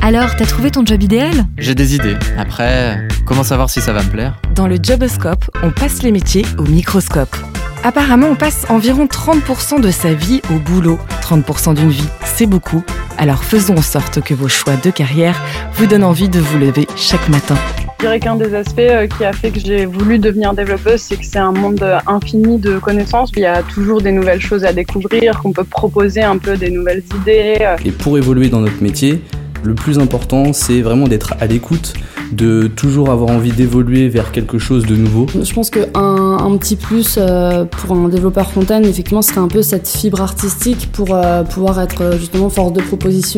Alors, t'as trouvé ton job idéal ? J'ai des idées. Après, comment savoir si ça va me plaire ? Dans le Joboscope, on passe les métiers au microscope. Apparemment, on passe environ 30% de sa vie au boulot. 30% d'une vie, c'est beaucoup. Alors faisons en sorte que vos choix de carrière vous donnent envie de vous lever chaque matin. Je dirais qu'un des aspects qui a fait que j'ai voulu devenir développeuse, c'est que c'est un monde infini de connaissances. Il y a toujours des nouvelles choses à découvrir, qu'on peut proposer un peu des nouvelles idées. Et pour évoluer dans notre métier, le plus important, c'est vraiment d'être à l'écoute, de toujours avoir envie d'évoluer vers quelque chose de nouveau. Je pense qu'un petit plus pour un développeur front-end, effectivement, serait un peu cette fibre artistique pour pouvoir être justement force de proposition.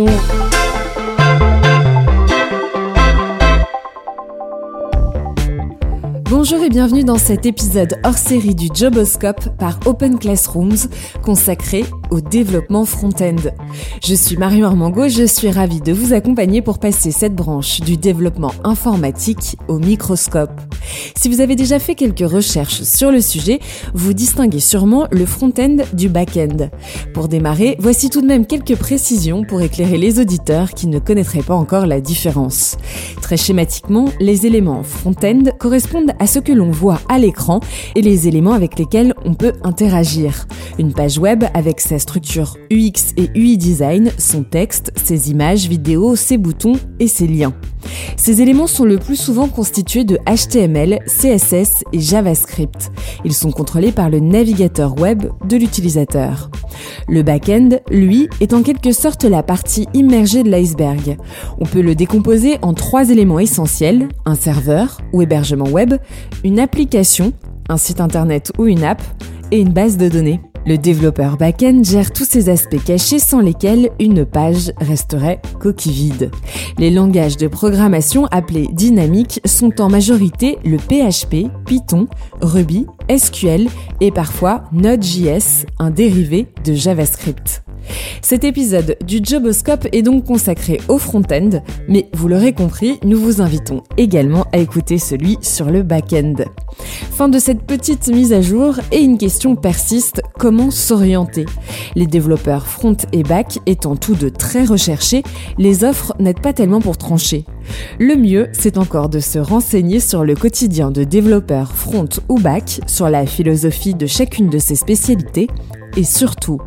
Bonjour et bienvenue dans cet épisode hors-série du Joboscope par Open Classrooms consacré au développement front-end. Je suis Marion Armango, je suis ravie de vous accompagner pour passer cette branche du développement informatique au microscope. Si vous avez déjà fait quelques recherches sur le sujet, vous distinguez sûrement le front-end du back-end. Pour démarrer, voici tout de même quelques précisions pour éclairer les auditeurs qui ne connaîtraient pas encore la différence. Très schématiquement, les éléments front-end correspondent à ce que l'on voit à l'écran et les éléments avec lesquels on peut interagir. Une page web avec sa structure UX et UI design, son texte, ses images, vidéos, ses boutons et ses liens. Ces éléments sont le plus souvent constitués de HTML, CSS et JavaScript. Ils sont contrôlés par le navigateur web de l'utilisateur. Le back-end, lui, est en quelque sorte la partie immergée de l'iceberg. On peut le décomposer en 3 éléments essentiels, un serveur ou hébergement web, une application, un site internet ou une app, et une base de données. Le développeur back-end gère tous ces aspects cachés sans lesquels une page resterait coquille vide. Les langages de programmation appelés dynamiques sont en majorité le PHP, Python, Ruby, SQL et parfois Node.js, un dérivé de JavaScript. Cet épisode du Joboscope est donc consacré au front-end, mais vous l'aurez compris, nous vous invitons également à écouter celui sur le back-end. Fin de cette petite mise à jour et une question persiste, comment s'orienter ? Les développeurs front et back étant tous deux très recherchés, les offres n'aident pas tellement pour trancher. Le mieux, c'est encore de se renseigner sur le quotidien de développeurs front ou back, sur la philosophie de chacune de ces spécialités, et surtout,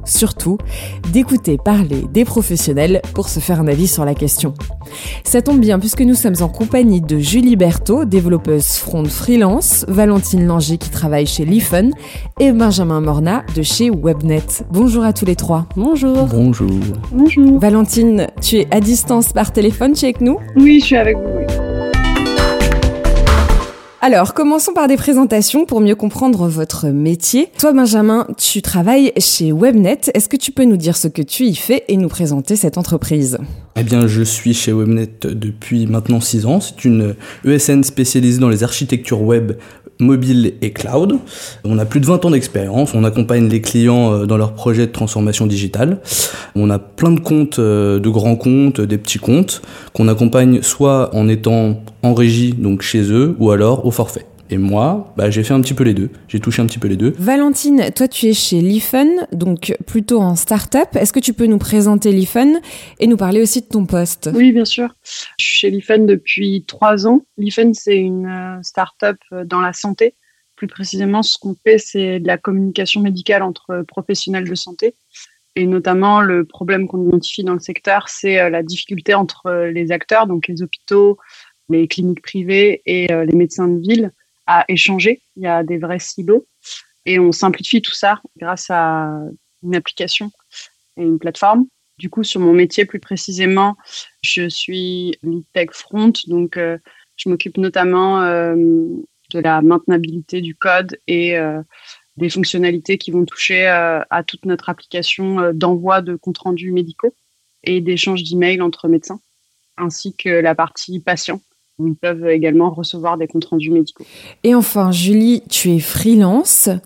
d'écouter parler des professionnels pour se faire un avis sur la question. Ça tombe bien puisque nous sommes en compagnie de Julie Berthaud, développeuse front freelance, Valentine Langer qui travaille chez Lifen et Benjamin Morna de chez Webnet. Bonjour à tous les trois. Bonjour. Bonjour. Bonjour. Valentine, tu es à distance par téléphone, tu es avec nous ? Oui, je suis avec vous, oui. Alors, commençons par des présentations pour mieux comprendre votre métier. Toi, Benjamin, tu travailles chez Webnet. Est-ce que tu peux nous dire ce que tu y fais et nous présenter cette entreprise ? Eh bien, je suis chez Webnet depuis maintenant 6 ans. C'est une ESN spécialisée dans les architectures web, mobile et cloud. On a plus de 20 ans d'expérience. On accompagne les clients dans leurs projets de transformation digitale. On a plein de comptes, de grands comptes, des petits comptes, qu'on accompagne soit en étant en régie, donc chez eux, ou alors au forfait. Et moi, j'ai fait un petit peu les deux. J'ai touché un petit peu les deux. Valentine, toi tu es chez Lifen, donc plutôt en start-up. Est-ce que tu peux nous présenter Lifen et nous parler aussi de ton poste ? Oui, bien sûr. Je suis chez Lifen depuis 3 ans. Lifen, c'est une start-up dans la santé. Plus précisément, ce qu'on fait, c'est de la communication médicale entre professionnels de santé. Et notamment, le problème qu'on identifie dans le secteur, c'est la difficulté entre les acteurs, donc les hôpitaux, les cliniques privées et les médecins de ville, à échanger. Il y a des vrais silos et on simplifie tout ça grâce à une application et une plateforme. Du coup, sur mon métier plus précisément, je suis lead tech front, donc je m'occupe notamment de la maintenabilité du code et des fonctionnalités qui vont toucher à toute notre application d'envoi de comptes rendus médicaux et d'échange d'emails entre médecins, ainsi que la partie patient, où ils peuvent également recevoir des comptes rendus médicaux. Et enfin, Julie, tu es freelance.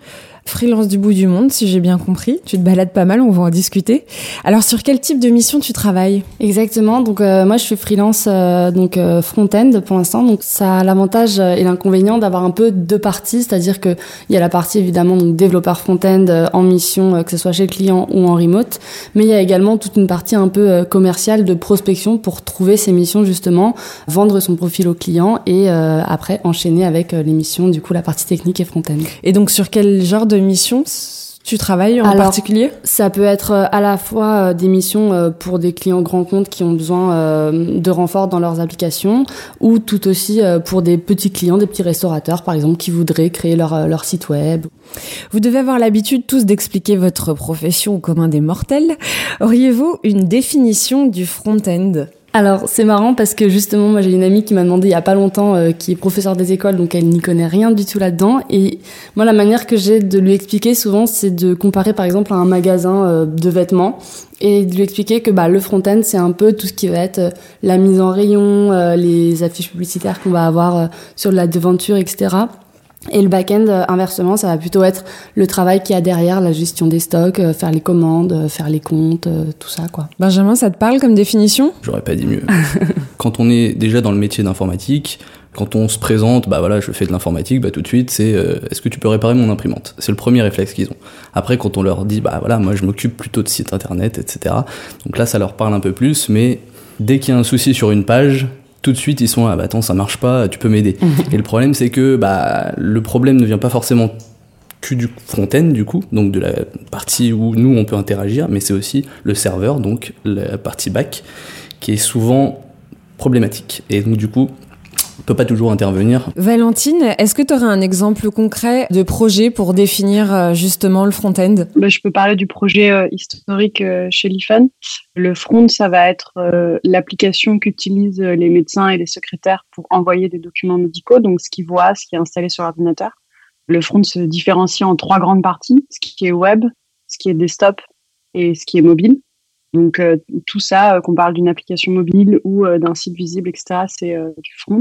Freelance du bout du monde, si j'ai bien compris. Tu te balades pas mal, on va en discuter. Alors, sur quel type de mission tu travailles ? Exactement. Donc moi, je suis freelance front-end pour l'instant. Donc ça a l'avantage et l'inconvénient d'avoir un peu deux parties, c'est-à-dire que il y a la partie évidemment donc développeur front-end en mission, que ce soit chez le client ou en remote, mais il y a également toute une partie un peu commerciale de prospection pour trouver ces missions justement, vendre son profil au client et après enchaîner avec les missions, du coup la partie technique et front-end. Et donc sur quel genre de mission tu travailles en particulier ? Ça peut être à la fois des missions pour des clients grands comptes qui ont besoin de renfort dans leurs applications ou tout aussi pour des petits clients, des petits restaurateurs par exemple qui voudraient créer leur site web. Vous devez avoir l'habitude tous d'expliquer votre profession au commun des mortels. Auriez-vous une définition du front-end ? Alors, c'est marrant parce que justement, moi, j'ai une amie qui m'a demandé il y a pas longtemps, qui est professeure des écoles, donc elle n'y connaît rien du tout là-dedans. Et moi, la manière que j'ai de lui expliquer souvent, c'est de comparer par exemple à un magasin de vêtements et de lui expliquer que le front-end, c'est un peu tout ce qui va être la mise en rayon, les affiches publicitaires qu'on va avoir sur de la devanture, etc. Et le back-end, inversement, ça va plutôt être le travail qu'il y a derrière, la gestion des stocks, faire les commandes, faire les comptes, tout ça, quoi. Benjamin, ça te parle comme définition ? J'aurais pas dit mieux. Quand on est déjà dans le métier d'informatique, quand on se présente, je fais de l'informatique, tout de suite, c'est est-ce que tu peux réparer mon imprimante ? C'est le premier réflexe qu'ils ont. Après, quand on leur dit, moi je m'occupe plutôt de sites internet, etc. Donc là, ça leur parle un peu plus, mais dès qu'il y a un souci sur une page, tout de suite ils sont là, attends, ça marche pas, tu peux m'aider. Et le problème c'est que le problème ne vient pas forcément que du front-end du coup, donc de la partie où nous on peut interagir, mais c'est aussi le serveur, donc la partie back, qui est souvent problématique. Et donc du coup, on peut pas toujours intervenir. Valentine, est-ce que tu aurais un exemple concret de projet pour définir justement le front-end ? Je peux parler du projet historique chez l'IFAN. Le front, ça va être l'application qu'utilisent les médecins et les secrétaires pour envoyer des documents médicaux, donc ce qu'ils voient, ce qui est installé sur l'ordinateur. Le front se différencie en 3 grandes parties, ce qui est web, ce qui est desktop et ce qui est mobile. Donc tout ça, qu'on parle d'une application mobile ou d'un site visible, etc., c'est du front.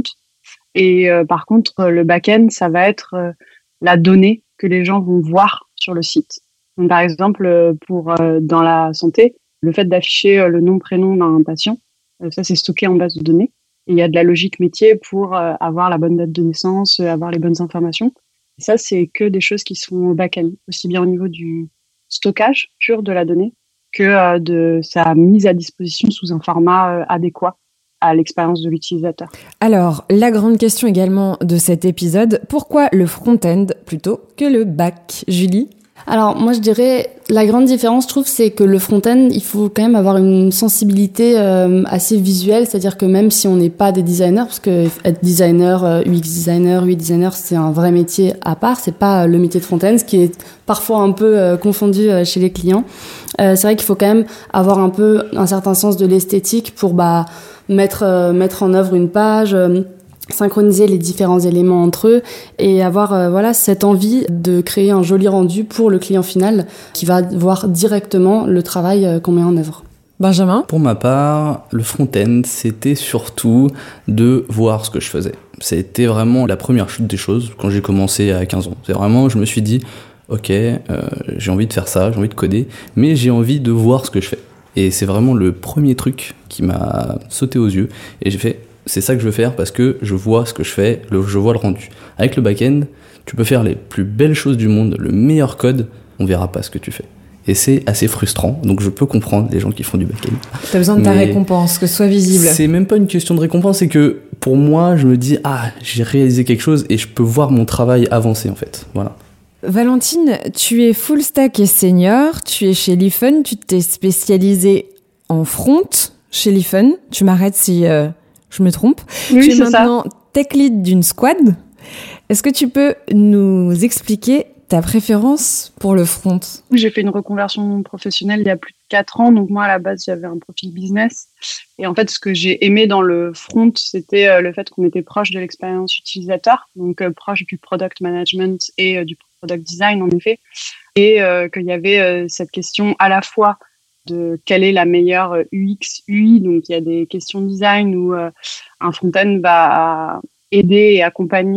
Et par contre, le back-end, ça va être la donnée que les gens vont voir sur le site. Donc, par exemple, dans la santé, le fait d'afficher le nom, prénom d'un patient, ça c'est stocké en base de données. Et il y a de la logique métier pour avoir la bonne date de naissance, avoir les bonnes informations. Et ça, c'est que des choses qui sont au back-end, aussi bien au niveau du stockage pur de la donnée que de sa mise à disposition sous un format adéquat à l'expérience de l'utilisateur. Alors, la grande question également de cet épisode, pourquoi le front-end plutôt que le back ? Julie ? Alors moi je dirais la grande différence je trouve c'est que le front-end il faut quand même avoir une sensibilité assez visuelle, c'est-à-dire que même si on n'est pas des designers, parce que être designer, UX designer, UI designer c'est un vrai métier à part, c'est pas le métier de front-end, ce qui est parfois un peu confondu chez les clients. C'est vrai qu'il faut quand même avoir un peu un certain sens de l'esthétique pour mettre en œuvre une page, synchroniser les différents éléments entre eux et avoir cette envie de créer un joli rendu pour le client final qui va voir directement le travail qu'on met en œuvre. Benjamin ? Pour ma part, le front-end, c'était surtout de voir ce que je faisais. C'était vraiment la première des choses quand j'ai commencé à 15 ans. C'est vraiment, je me suis dit, ok, j'ai envie de faire ça, j'ai envie de coder, mais j'ai envie de voir ce que je fais. Et c'est vraiment le premier truc qui m'a sauté aux yeux. Et j'ai fait, c'est ça que je veux faire parce que je vois ce que je fais, je vois le rendu. Avec le back-end, tu peux faire les plus belles choses du monde, le meilleur code, on verra pas ce que tu fais. Et c'est assez frustrant, donc je peux comprendre les gens qui font du back-end. T'as besoin de ta récompense, que ce soit visible. C'est même pas une question de récompense, c'est que pour moi, je me dis, j'ai réalisé quelque chose et je peux voir mon travail avancer en fait. Voilà. Valentine, tu es full stack et senior, tu es chez l'IFAN, tu t'es spécialisée en front chez l'IFAN. Tu m'arrêtes si je me trompe. Oui, tu es maintenant tech lead d'une squad. Est-ce que tu peux nous expliquer ta préférence pour le front ? J'ai fait une reconversion professionnelle il y a plus de 4 ans. Donc moi, à la base, j'avais un profil business. Et en fait, ce que j'ai aimé dans le front, c'était le fait qu'on était proche de l'expérience utilisateur, donc proche du product management et du product design, en effet. Et qu'il y avait cette question à la fois de quelle est la meilleure UX, UI. Donc, il y a des questions design où un front-end va aider et accompagner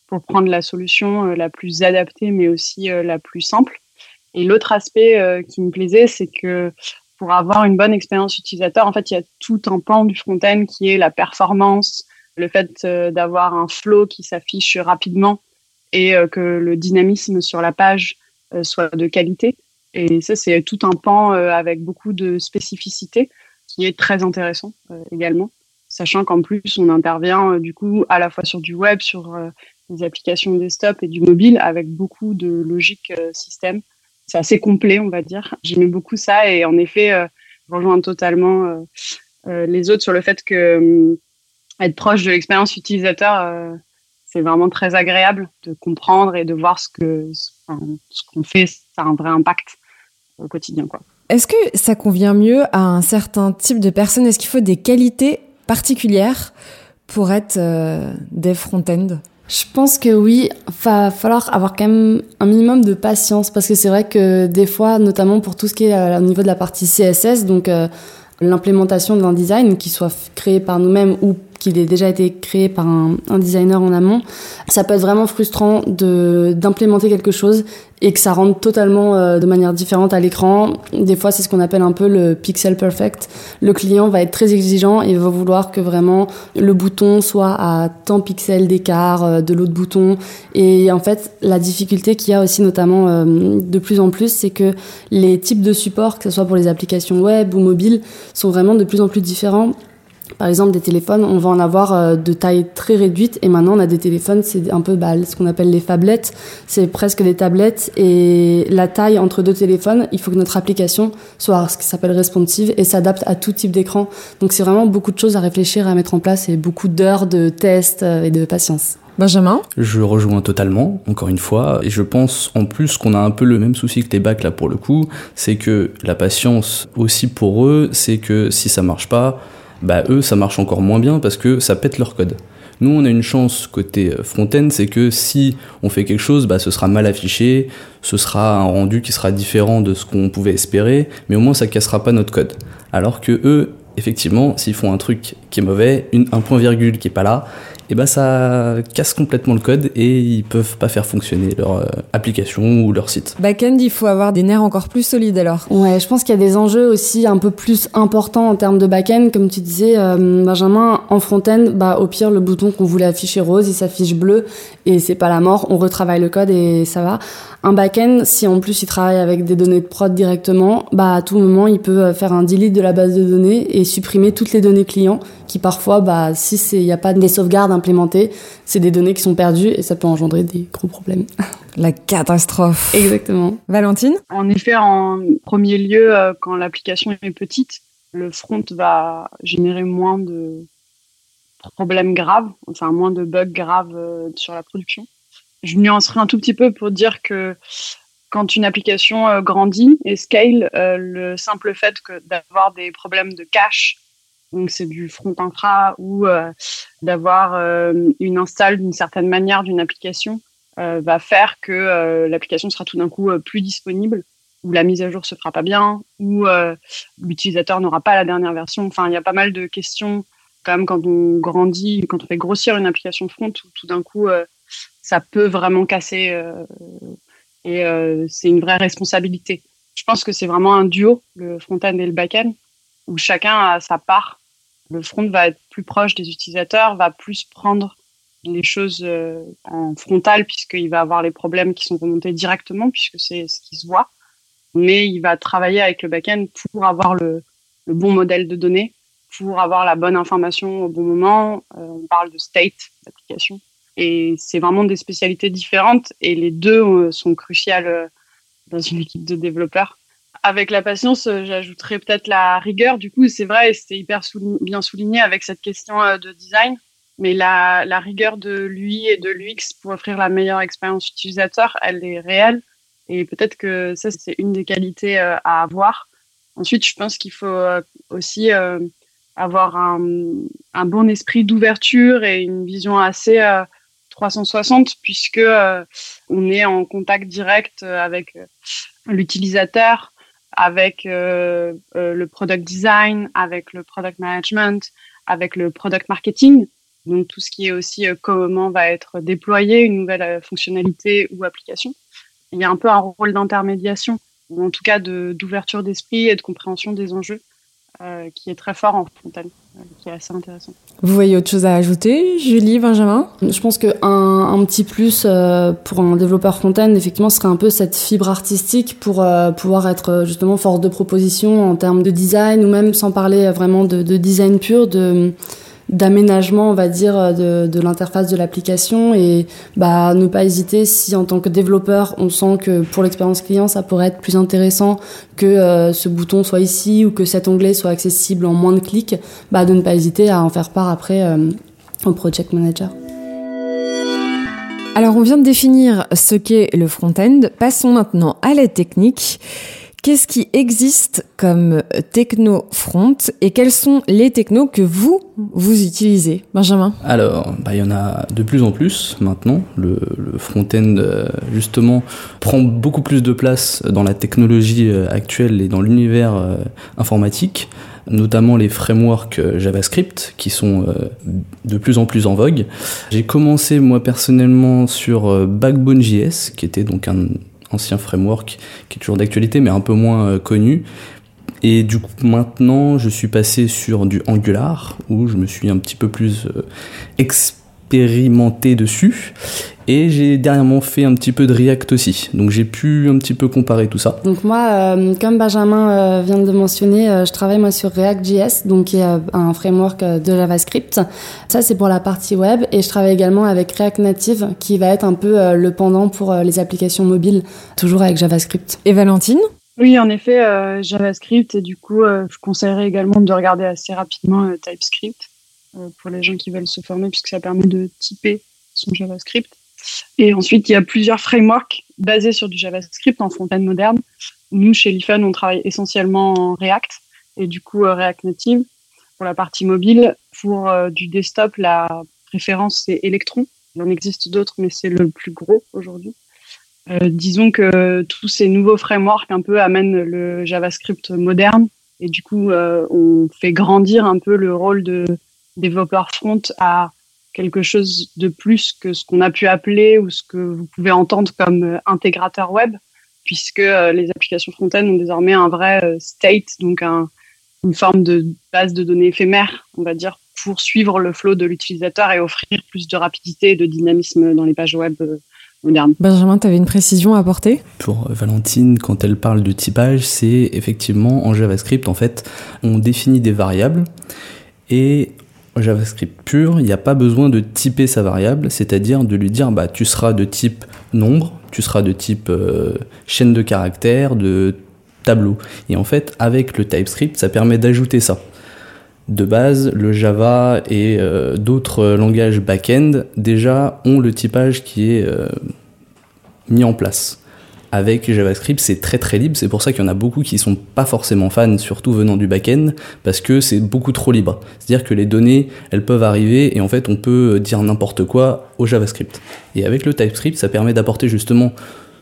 pour prendre la solution la plus adaptée, mais aussi la plus simple. Et l'autre aspect qui me plaisait, c'est que pour avoir une bonne expérience utilisateur, en fait, il y a tout un pan du front-end qui est la performance, le fait d'avoir un flow qui s'affiche rapidement et que le dynamisme sur la page soit de qualité. Et ça, c'est tout un pan avec beaucoup de spécificité qui est très intéressant également, sachant qu'en plus, on intervient du coup à la fois sur du web, sur des applications desktop et du mobile avec beaucoup de logique système. C'est assez complet, on va dire. J'aimais beaucoup ça et en effet, je rejoins totalement les autres sur le fait que être proche de l'expérience utilisateur, c'est vraiment très agréable de comprendre et de voir ce qu'on fait, ça a un vrai impact au quotidien, quoi. Est-ce que ça convient mieux à un certain type de personne ? Est-ce qu'il faut des qualités particulières pour être dev front-end ? Je pense que oui, va falloir avoir quand même un minimum de patience parce que c'est vrai que des fois, notamment pour tout ce qui est au niveau de la partie CSS, donc l'implémentation d'un design qui soit créé par nous-mêmes ou qu'il ait déjà été créé par un designer en amont, ça peut être vraiment frustrant d'implémenter quelque chose et que ça rentre totalement de manière différente à l'écran. Des fois, c'est ce qu'on appelle un peu le pixel perfect. Le client va être très exigeant et va vouloir que vraiment le bouton soit à tant pixels d'écart de l'autre bouton. Et en fait, la difficulté qu'il y a aussi notamment de plus en plus, c'est que les types de supports, que ce soit pour les applications web ou mobiles, sont vraiment de plus en plus différents. Par exemple, des téléphones, on va en avoir de taille très réduite et maintenant on a des téléphones, c'est un peu ce qu'on appelle les phablettes, c'est presque des tablettes et la taille entre deux téléphones, il faut que notre application soit ce qui s'appelle responsive et s'adapte à tout type d'écran. Donc c'est vraiment beaucoup de choses à réfléchir, à mettre en place et beaucoup d'heures de tests et de patience. Benjamin ? Je rejoins totalement, encore une fois, et je pense en plus qu'on a un peu le même souci que les bacs là pour le coup, c'est que la patience aussi pour eux, c'est que si ça marche pas, eux, ça marche encore moins bien parce que ça pète leur code. Nous, on a une chance côté front-end, c'est que si on fait quelque chose, ce sera mal affiché, ce sera un rendu qui sera différent de ce qu'on pouvait espérer, mais au moins ça cassera pas notre code. Alors que eux, effectivement, s'ils font un truc qui est mauvais, un point-virgule qui est pas là, ça casse complètement le code et ils peuvent pas faire fonctionner leur application ou leur site. Back-end, il faut avoir des nerfs encore plus solides alors. Ouais, je pense qu'il y a des enjeux aussi un peu plus importants en termes de back-end. Comme tu disais, Benjamin, en front-end, au pire, le bouton qu'on voulait afficher rose, il s'affiche bleu et c'est pas la mort. On retravaille le code et ça va. Un back-end, si en plus il travaille avec des données de prod directement, à tout moment, il peut faire un delete de la base de données et supprimer toutes les données clients qui parfois, si il n'y a pas des sauvegardes implémentées, c'est des données qui sont perdues et ça peut engendrer des gros problèmes. La catastrophe. Exactement. Valentine ? En effet, en premier lieu, quand l'application est petite, le front va générer moins de problèmes graves, enfin moins de bugs graves sur la production. Je nuancerai un tout petit peu pour dire que quand une application grandit et scale, le simple fait d'avoir des problèmes de cache, donc c'est du front infra, ou d'avoir une install d'une certaine manière d'une application, va faire que l'application sera tout d'un coup plus disponible, ou la mise à jour se fera pas bien, ou l'utilisateur n'aura pas la dernière version. Enfin, il y a pas mal de questions quand même quand on grandit, quand on fait grossir une application front, où tout d'un coup ça peut vraiment casser et c'est une vraie responsabilité. Je pense que c'est vraiment un duo, le front-end et le back-end, où chacun a sa part. Le front va être plus proche des utilisateurs, va plus prendre les choses en frontal, puisqu'il va avoir les problèmes qui sont remontés directement, puisque c'est ce qui se voit. Mais il va travailler avec le back-end pour avoir le bon modèle de données, pour avoir la bonne information au bon moment. On parle de state d'application. Et c'est vraiment des spécialités différentes et les deux sont cruciales dans une équipe de développeurs. Avec la patience, j'ajouterais peut-être la rigueur. Du coup, c'est vrai, et c'était hyper bien souligné avec cette question de design. Mais la rigueur de l'UI et de l'UX pour offrir la meilleure expérience utilisateur, elle est réelle. Et peut-être que ça, c'est une des qualités à avoir. Ensuite, je pense qu'il faut aussi avoir un bon esprit d'ouverture et une vision assez 360, puisque on est en contact direct avec l'utilisateur, avec le product design, avec le product management, avec le product marketing. Donc tout ce qui est aussi comment va être déployée une nouvelle fonctionnalité ou application. Il y a un peu un rôle d'intermédiation, ou en tout cas d'ouverture d'esprit et de compréhension des enjeux qui est très fort en front-end, qui est assez intéressant. Vous voyez autre chose à ajouter, Julie, Benjamin ? Je pense qu'un petit plus pour un développeur front-end, effectivement, serait un peu cette fibre artistique pour pouvoir être justement force de proposition en termes de design, ou même sans parler vraiment de design pur, d'aménagement, on va dire, de l'interface de l'application, et ne pas hésiter, si en tant que développeur on sent que pour l'expérience client ça pourrait être plus intéressant que ce bouton soit ici ou que cet onglet soit accessible en moins de clics, de ne pas hésiter à en faire part après au project manager. Alors on vient de définir ce qu'est le front-end, passons maintenant à la technique. Qu'est-ce qui existe comme techno front et quels sont les technos que vous utilisez, Benjamin ? Alors, il y en a de plus en plus maintenant. Le front-end, justement, prend beaucoup plus de place dans la technologie actuelle et dans l'univers informatique, notamment les frameworks JavaScript qui sont de plus en plus en vogue. J'ai commencé, moi, personnellement, sur Backbone.js, qui était donc un ancien framework qui est toujours d'actualité mais un peu moins connu, et du coup maintenant je suis passé sur du Angular où je me suis un petit peu plus expérimenté dessus, et j'ai dernièrement fait un petit peu de React aussi, donc j'ai pu un petit peu comparer tout ça. Donc moi, comme Benjamin vient de mentionner, je travaille moi sur React.js, donc qui est un framework de JavaScript. Ça c'est pour la partie web, et je travaille également avec React Native qui va être un peu le pendant pour les applications mobiles, toujours avec JavaScript. Et Valentine ? Oui, en effet, JavaScript, et du coup je conseillerais également de regarder assez rapidement TypeScript pour les gens qui veulent se former, puisque ça permet de typer son JavaScript. Et ensuite, il y a plusieurs frameworks basés sur du JavaScript en front-end moderne. Nous, chez Lifen, on travaille essentiellement en React, et du coup React Native pour la partie mobile. Pour du desktop, la préférence, c'est Electron. Il en existe d'autres, mais c'est le plus gros aujourd'hui. Disons que tous ces nouveaux frameworks un peu amènent le JavaScript moderne, et du coup, on fait grandir un peu le rôle de développeur front à quelque chose de plus que ce qu'on a pu appeler ou ce que vous pouvez entendre comme intégrateur web, puisque les applications front-end ont désormais un vrai state, donc une forme de base de données éphémère, on va dire, pour suivre le flow de l'utilisateur et offrir plus de rapidité et de dynamisme dans les pages web modernes. Benjamin, tu avais une précision à apporter ? Pour Valentine, quand elle parle de typage, c'est effectivement en JavaScript, en fait, on définit des variables, et en JavaScript pur, il n'y a pas besoin de typer sa variable, c'est-à-dire de lui dire tu seras de type nombre, tu seras de type chaîne de caractères, de tableau. Et en fait, avec le TypeScript, ça permet d'ajouter ça. De base, le Java et d'autres langages back-end déjà ont le typage qui est mis en place. Avec JavaScript, c'est très très libre, c'est pour ça qu'il y en a beaucoup qui sont pas forcément fans, surtout venant du back-end, parce que c'est beaucoup trop libre. C'est-à-dire que les données, elles peuvent arriver, et en fait, on peut dire n'importe quoi au JavaScript. Et avec le TypeScript, ça permet d'apporter justement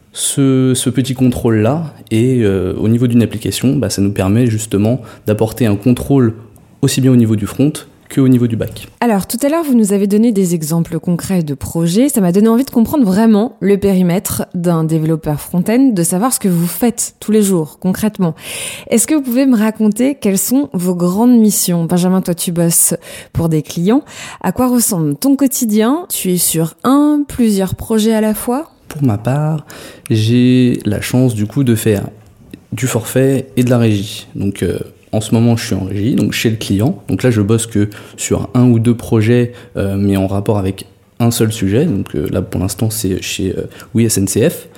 ce petit contrôle-là, et au niveau d'une application, ça nous permet justement d'apporter un contrôle aussi bien au niveau du front qu'au niveau du back. Alors, tout à l'heure, vous nous avez donné des exemples concrets de projets. Ça m'a donné envie de comprendre vraiment le périmètre d'un développeur front-end, de savoir ce que vous faites tous les jours, concrètement. Est-ce que vous pouvez me raconter quelles sont vos grandes missions ? Benjamin, toi, tu bosses pour des clients. À quoi ressemble ton quotidien ? Tu es sur plusieurs projets à la fois ? Pour ma part, j'ai la chance, du coup, de faire du forfait et de la régie. Donc, en ce moment, je suis en régie, donc chez le client. Donc là, je bosse que sur 1 ou 2 projets, mais en rapport avec un seul sujet. Donc là, pour l'instant, c'est chez Oui SNCF.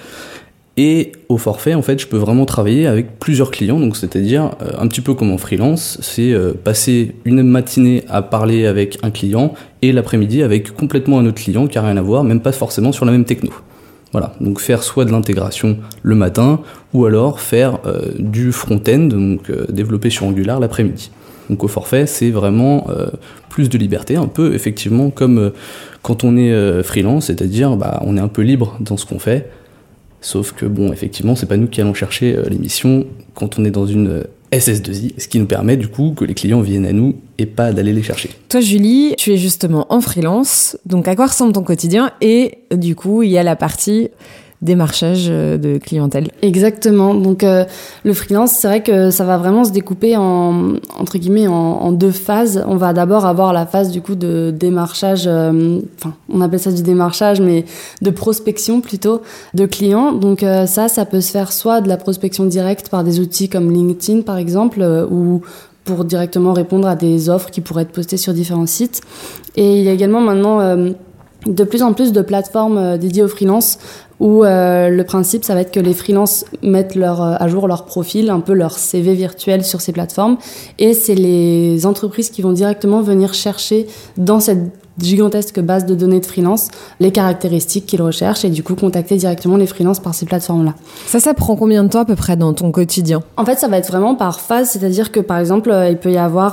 Et au forfait, en fait, je peux vraiment travailler avec plusieurs clients. Donc, c'est-à-dire, un petit peu comme en freelance, c'est passer une matinée à parler avec un client et l'après-midi avec complètement un autre client qui n'a rien à voir, même pas forcément sur la même techno. Voilà, donc faire soit de l'intégration le matin, ou alors faire du front-end, donc développer sur Angular l'après-midi. Donc au forfait, c'est vraiment plus de liberté, un peu effectivement comme quand on est freelance, c'est-à-dire on est un peu libre dans ce qu'on fait, sauf que effectivement, c'est pas nous qui allons chercher les missions. Quand on est dans une SS2I, ce qui nous permet du coup que les clients viennent à nous et pas d'aller les chercher. Toi Julie, tu es justement en freelance, donc à quoi ressemble ton quotidien? Et du coup, il y a la partie démarchage de clientèle. Exactement. Donc le freelance, c'est vrai que ça va vraiment se découper entre guillemets en deux phases. On va d'abord avoir la phase du coup de démarchage, on appelle ça du démarchage, mais de prospection plutôt de clients. Donc ça peut se faire soit de la prospection directe par des outils comme LinkedIn par exemple, ou pour directement répondre à des offres qui pourraient être postées sur différents sites. Et il y a également maintenant de plus en plus de plateformes dédiées aux freelances où le principe, ça va être que les freelances mettent à jour leur profil, un peu leur CV virtuel sur ces plateformes. Et c'est les entreprises qui vont directement venir chercher dans cette gigantesque base de données de freelance les caractéristiques qu'ils recherchent et du coup contacter directement les freelances par ces plateformes-là. Ça prend combien de temps à peu près dans ton quotidien? En fait, ça va être vraiment par phase, c'est-à-dire que par exemple, il peut y avoir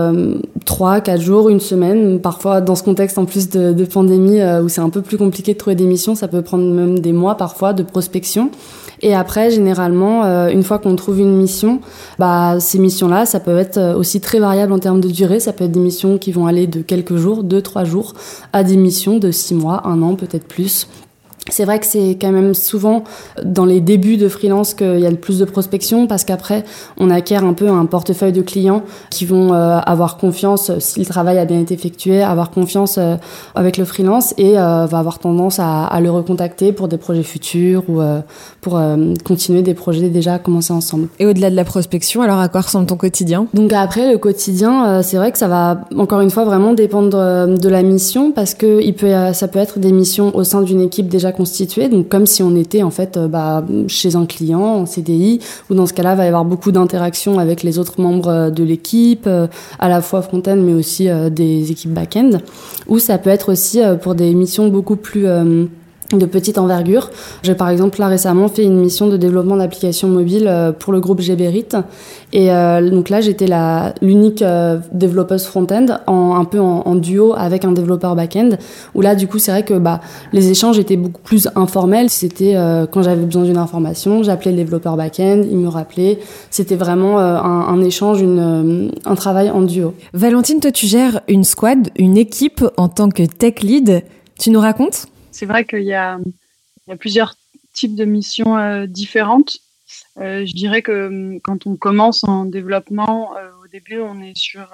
3-4 jours, une semaine, parfois dans ce contexte en plus de pandémie où c'est un peu plus compliqué de trouver des missions, ça peut prendre même des mois parfois de prospection. Et après, généralement, une fois qu'on trouve une mission, ces missions-là, ça peut être aussi très variable en termes de durée. Ça peut être des missions qui vont aller de quelques jours, 2-3 jours, à des missions de 6 mois, 1 an, peut-être plus. C'est vrai que c'est quand même souvent dans les débuts de freelance qu'il y a le plus de prospection parce qu'après, on acquiert un peu un portefeuille de clients qui vont avoir confiance, si le travail a bien été effectué, avoir confiance avec le freelance et va avoir tendance à le recontacter pour des projets futurs ou pour continuer des projets déjà commencés ensemble. Et au-delà de la prospection, alors à quoi ressemble ton quotidien? Donc après, le quotidien, c'est vrai que ça va encore une fois vraiment dépendre de la mission parce que ça peut être des missions au sein d'une équipe déjà constituée, donc comme si on était en fait chez un client en CDI, où dans ce cas-là, il va y avoir beaucoup d'interactions avec les autres membres de l'équipe, à la fois front-end mais aussi des équipes back-end, ou ça peut être aussi pour des missions beaucoup plus de petite envergure. J'ai par exemple là récemment fait une mission de développement d'applications mobiles pour le groupe Geberit et donc là j'étais l'unique développeuse front-end un peu en duo avec un développeur back-end où là du coup c'est vrai que les échanges étaient beaucoup plus informels. C'était quand j'avais besoin d'une information, j'appelais le développeur back-end, il me rappelait. C'était vraiment un échange, un travail en duo. Valentine, toi tu gères une squad, une équipe en tant que tech lead. Tu nous racontes ? C'est vrai qu'il y a plusieurs types de missions différentes. Je dirais que quand on commence en développement, au début, on est sur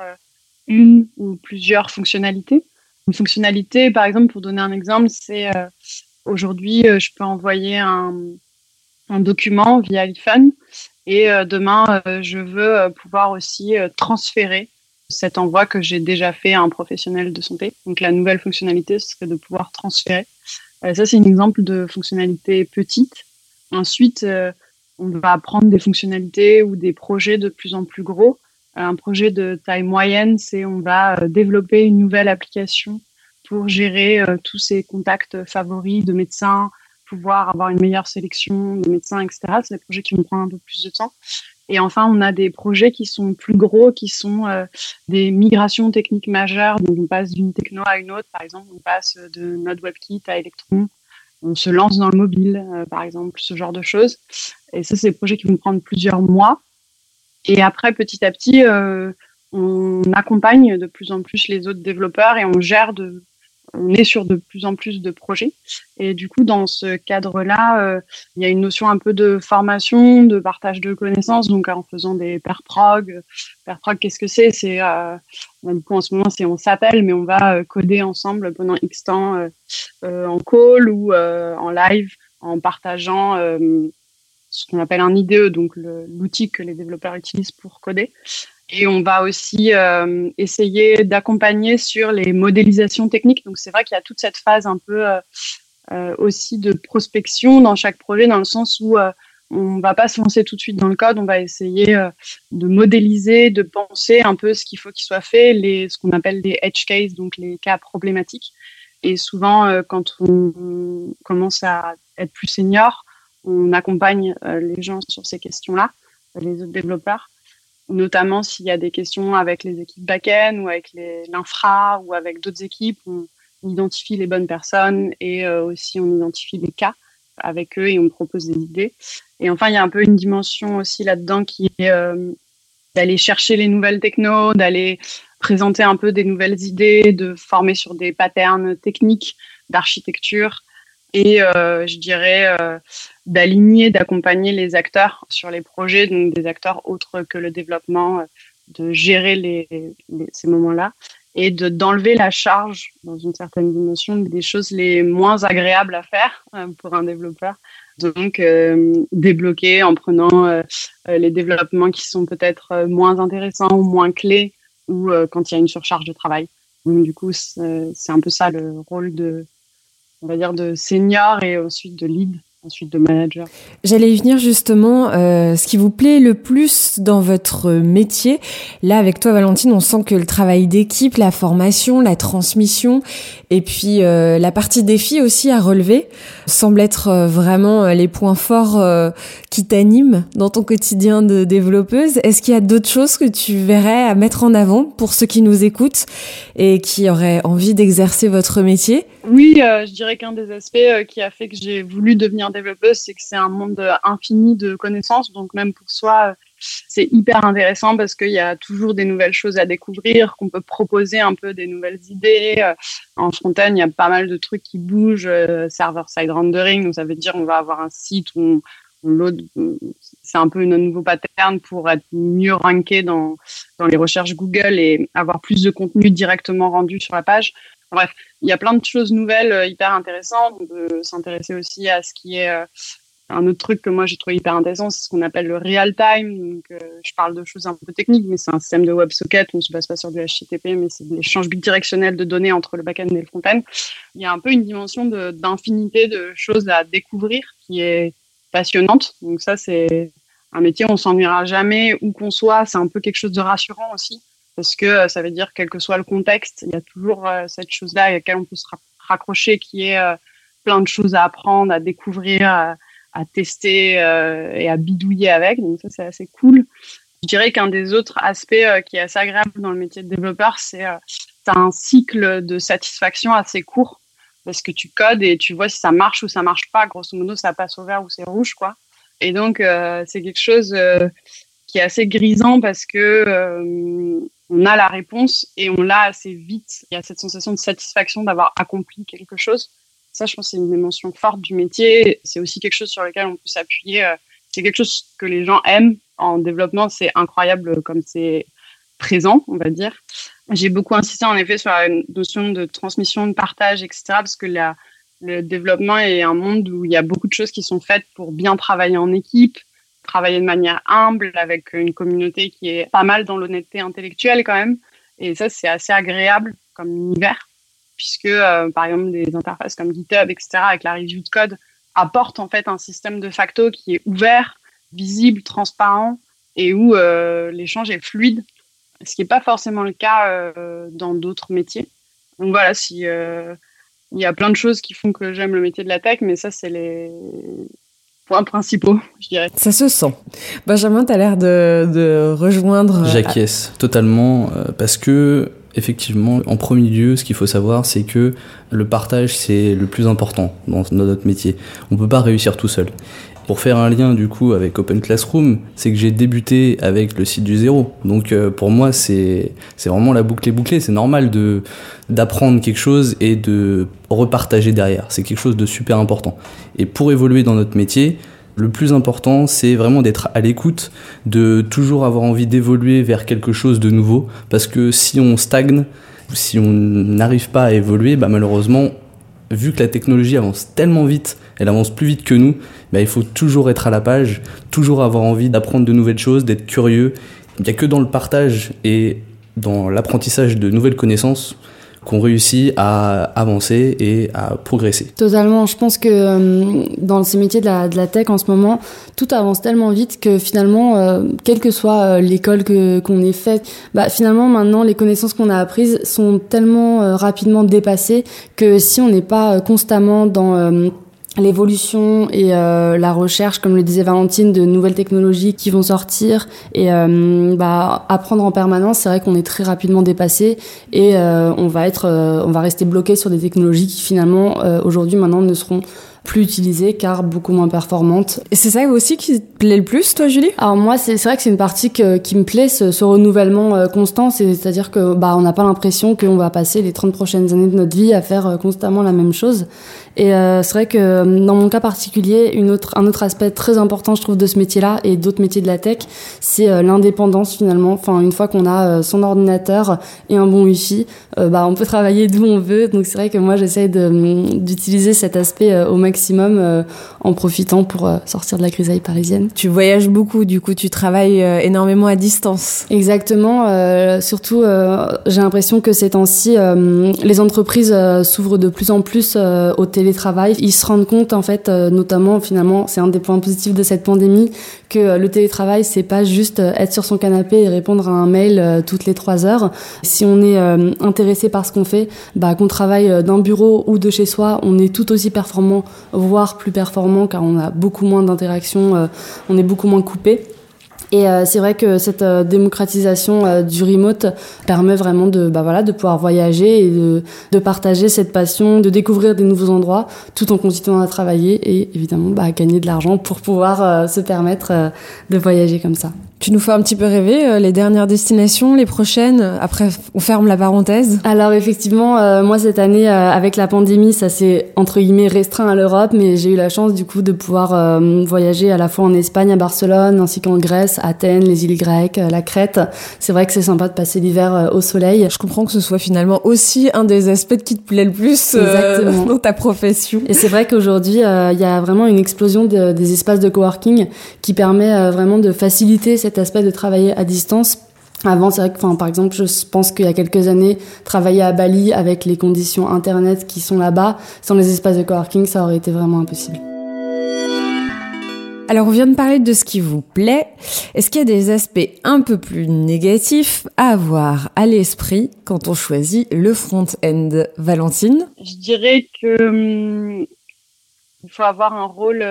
une ou plusieurs fonctionnalités. Une fonctionnalité, par exemple, pour donner un exemple, c'est aujourd'hui, je peux envoyer un document via l'iPhone et demain, je veux pouvoir aussi transférer cet envoi que j'ai déjà fait à un professionnel de santé. Donc la nouvelle fonctionnalité, ce serait de pouvoir transférer. Ça, c'est un exemple de fonctionnalité petite. Ensuite, on va prendre des fonctionnalités ou des projets de plus en plus gros. Un projet de taille moyenne, c'est on va développer une nouvelle application pour gérer tous ces contacts favoris de médecins, pouvoir avoir une meilleure sélection de médecins, etc. C'est des projets qui vont prendre un peu plus de temps. Et enfin, on a des projets qui sont plus gros, qui sont des migrations techniques majeures. Donc, on passe d'une techno à une autre. Par exemple, on passe de Node WebKit à Electron. On se lance dans le mobile, par exemple, ce genre de choses. Et ça, c'est des projets qui vont prendre plusieurs mois. Et après, petit à petit, on accompagne de plus en plus les autres développeurs et on est sur de plus en plus de projets. Et du coup, dans ce cadre-là, il y a une notion un peu de formation, de partage de connaissances, donc en faisant des pair prog. Pair prog, qu'est-ce que c'est? Du coup, en ce moment, on s'appelle, mais on va coder ensemble pendant X temps en call ou en live, en partageant ce qu'on appelle un IDE, donc l'outil que les développeurs utilisent pour coder. Et on va aussi essayer d'accompagner sur les modélisations techniques. Donc, c'est vrai qu'il y a toute cette phase un peu aussi de prospection dans chaque projet, dans le sens où on va pas se lancer tout de suite dans le code. On va essayer de modéliser, de penser un peu ce qu'il faut qu'il soit fait, ce qu'on appelle les edge cases, donc les cas problématiques. Et souvent, quand on commence à être plus senior, on accompagne les gens sur ces questions-là, les autres développeurs. Notamment s'il y a des questions avec les équipes back-end ou avec l'infra ou avec d'autres équipes, on identifie les bonnes personnes et aussi on identifie les cas avec eux et on propose des idées. Et enfin, il y a un peu une dimension aussi là-dedans qui est d'aller chercher les nouvelles technos, d'aller présenter un peu des nouvelles idées, de former sur des patterns techniques d'architecture et je dirais d'aligner, d'accompagner les acteurs sur les projets, donc des acteurs autres que le développement, de gérer ces moments-là et d'enlever la charge dans une certaine dimension des choses les moins agréables à faire pour un développeur. Donc, débloquer en prenant les développements qui sont peut-être moins intéressants ou moins clés ou quand il y a une surcharge de travail. Donc, du coup, c'est un peu ça le rôle on va dire, de senior et ensuite de lead, ensuite de manager. J'allais y venir justement, ce qui vous plaît le plus dans votre métier. Là, avec toi, Valentine, on sent que le travail d'équipe, la formation, la transmission et puis la partie défi aussi à relever semblent être vraiment les points forts qui t'animent dans ton quotidien de développeuse. Est-ce qu'il y a d'autres choses que tu verrais à mettre en avant pour ceux qui nous écoutent et qui auraient envie d'exercer votre métier ? Oui, je dirais qu'un des aspects qui a fait que j'ai voulu devenir développeuse, c'est que c'est un monde infini de connaissances. Donc même pour soi, c'est hyper intéressant parce qu'il y a toujours des nouvelles choses à découvrir, qu'on peut proposer un peu des nouvelles idées. En front-end, il y a pas mal de trucs qui bougent, server-side rendering, donc ça veut dire on va avoir un site où c'est un peu un nouveau pattern pour être mieux ranké dans les recherches Google et avoir plus de contenu directement rendu sur la page. Bref, il y a plein de choses nouvelles hyper intéressantes. On peut s'intéresser aussi à ce qui est un autre truc que moi j'ai trouvé hyper intéressant, c'est ce qu'on appelle le real time. Donc, je parle de choses un peu techniques, mais c'est un système de WebSocket. On ne se base pas sur du HTTP, mais c'est de l'échange bidirectionnel de données entre le back-end et le front-end. Il y a un peu une dimension d'infinité de choses à découvrir qui est passionnante. Donc ça, c'est un métier où on s'ennuiera jamais où qu'on soit. C'est un peu quelque chose de rassurant aussi. Parce que ça veut dire, quel que soit le contexte, il y a toujours cette chose-là à laquelle on peut se raccrocher, qui est plein de choses à apprendre, à découvrir, à tester et à bidouiller avec. Donc ça, c'est assez cool. Je dirais qu'un des autres aspects qui est assez agréable dans le métier de développeur, c'est t'as un cycle de satisfaction assez court parce que tu codes et tu vois si ça marche ou ça marche pas. Grosso modo, ça passe au vert ou c'est rouge, quoi. Et donc, c'est quelque chose qui est assez grisant parce que on a la réponse et on l'a assez vite. Il y a cette sensation de satisfaction d'avoir accompli quelque chose. Ça, je pense, c'est une dimension forte du métier. C'est aussi quelque chose sur lequel on peut s'appuyer. C'est quelque chose que les gens aiment. En développement, c'est incroyable comme c'est présent, on va dire. J'ai beaucoup insisté, en effet, sur la notion de transmission, de partage, etc. Parce que le développement est un monde où il y a beaucoup de choses qui sont faites pour bien travailler en équipe, travailler de manière humble avec une communauté qui est pas mal dans l'honnêteté intellectuelle quand même. Et ça, c'est assez agréable comme univers puisque, par exemple, des interfaces comme GitHub, etc., avec la review de code, apportent en fait un système de facto qui est ouvert, visible, transparent et où l'échange est fluide, ce qui n'est pas forcément le cas dans d'autres métiers. Donc voilà, il y a plein de choses qui font que j'aime le métier de la tech, mais ça, c'est les points principaux, je dirais. Ça se sent. Benjamin, tu as l'air de rejoindre... J'acquiesce totalement, parce que, effectivement, en premier lieu, ce qu'il faut savoir, c'est que le partage, c'est le plus important dans notre métier. On ne peut pas réussir tout seul. Pour faire un lien du coup avec Open Classroom, c'est que j'ai débuté avec le site du zéro. Donc pour moi, c'est vraiment la boucle est bouclée. C'est normal d'apprendre quelque chose et de repartager derrière. C'est quelque chose de super important. Et pour évoluer dans notre métier, le plus important, c'est vraiment d'être à l'écoute, de toujours avoir envie d'évoluer vers quelque chose de nouveau. Parce que si on stagne, si on n'arrive pas à évoluer, malheureusement, vu que la technologie avance tellement vite, elle avance plus vite que nous, il faut toujours être à la page, toujours avoir envie d'apprendre de nouvelles choses, d'être curieux. Il n'y a que dans le partage et dans l'apprentissage de nouvelles connaissances qu'on réussit à avancer et à progresser. Totalement. Je pense que dans ces métiers de la tech en ce moment, tout avance tellement vite que finalement, quelle que soit l'école qu'on ait faite, finalement maintenant les connaissances qu'on a apprises sont tellement rapidement dépassées que si on n'est pas constamment dans l'évolution et la recherche, comme le disait Valentine, de nouvelles technologies qui vont sortir et apprendre en permanence, c'est vrai qu'on est très rapidement dépassé et on va rester bloqué sur des technologies qui finalement aujourd'hui maintenant ne seront plus utilisée car beaucoup moins performante. Et c'est ça aussi qui te plaît le plus, toi, Julie ? Alors moi, c'est vrai que c'est une partie qui me plaît, ce renouvellement constant, c'est-à-dire que on n'a pas l'impression qu'on va passer les 30 prochaines années de notre vie à faire constamment la même chose. Et c'est vrai que dans mon cas particulier, un autre aspect très important, je trouve, de ce métier-là et d'autres métiers de la tech, c'est l'indépendance finalement. Enfin, une fois qu'on a son ordinateur et un bon wifi, on peut travailler d'où on veut. Donc c'est vrai que moi, j'essaie d'utiliser cet aspect au maximum en profitant pour sortir de la grisaille parisienne. Tu voyages beaucoup, du coup, tu travailles énormément à distance. Exactement. Surtout, j'ai l'impression que ces temps-ci, les entreprises s'ouvrent de plus en plus au télétravail. Ils se rendent compte, en fait, notamment, finalement, c'est un des points positifs de cette pandémie, que le télétravail, c'est pas juste être sur son canapé et répondre à un mail toutes les 3 heures. Si on est intéressé par ce qu'on fait, qu'on travaille d'un bureau ou de chez soi, on est tout aussi performant, voire plus performant, car on a beaucoup moins d'interactions, on est beaucoup moins coupé. Et c'est vrai que cette démocratisation du remote permet vraiment de pouvoir voyager et de partager cette passion, de découvrir des nouveaux endroits, tout en continuant à travailler et évidemment gagner de l'argent pour pouvoir se permettre de voyager comme ça. Tu nous fais un petit peu rêver, les dernières destinations, les prochaines, après on ferme la parenthèse. Alors effectivement, moi cette année, avec la pandémie, ça s'est entre guillemets restreint à l'Europe, mais j'ai eu la chance du coup de pouvoir voyager à la fois en Espagne, à Barcelone, ainsi qu'en Grèce, Athènes, les îles grecques, la Crète. C'est vrai que c'est sympa de passer l'hiver au soleil. Je comprends que ce soit finalement aussi un des aspects qui te plaît le plus dans ta profession. Et c'est vrai qu'aujourd'hui, il y a vraiment une explosion des espaces de coworking qui permet vraiment de faciliter cet aspect de travailler à distance. Avant, c'est vrai que, par exemple, je pense qu'il y a quelques années, travailler à Bali avec les conditions internet qui sont là-bas, sans les espaces de coworking, ça aurait été vraiment impossible. Alors, on vient de parler de ce qui vous plaît. Est-ce qu'il y a des aspects un peu plus négatifs à avoir à l'esprit quand on choisit le front-end, Valentine ? Je dirais que il faut avoir un rôle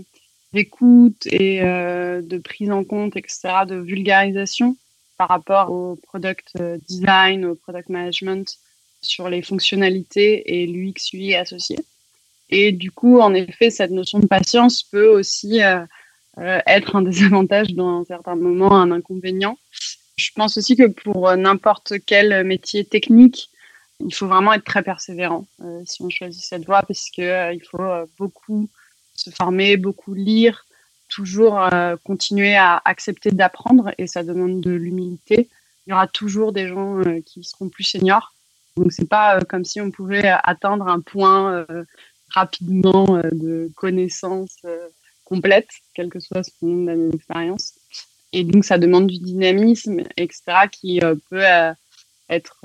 d'écoute et de prise en compte, etc., de vulgarisation par rapport au product design, au product management, sur les fonctionnalités et l'UX UI associé. Et du coup, en effet, cette notion de patience peut aussi être un désavantage dans certains moments, un inconvénient. Je pense aussi que pour n'importe quel métier technique, il faut vraiment être très persévérant si on choisit cette voie, parce que il faut beaucoup se former, beaucoup lire, toujours continuer à accepter d'apprendre, et ça demande de l'humilité. Il y aura toujours des gens qui seront plus seniors, donc c'est pas comme si on pouvait atteindre un point rapidement de connaissance complète, quel que soit son nombre d'années d'expérience. Et donc ça demande du dynamisme, etc., qui peut être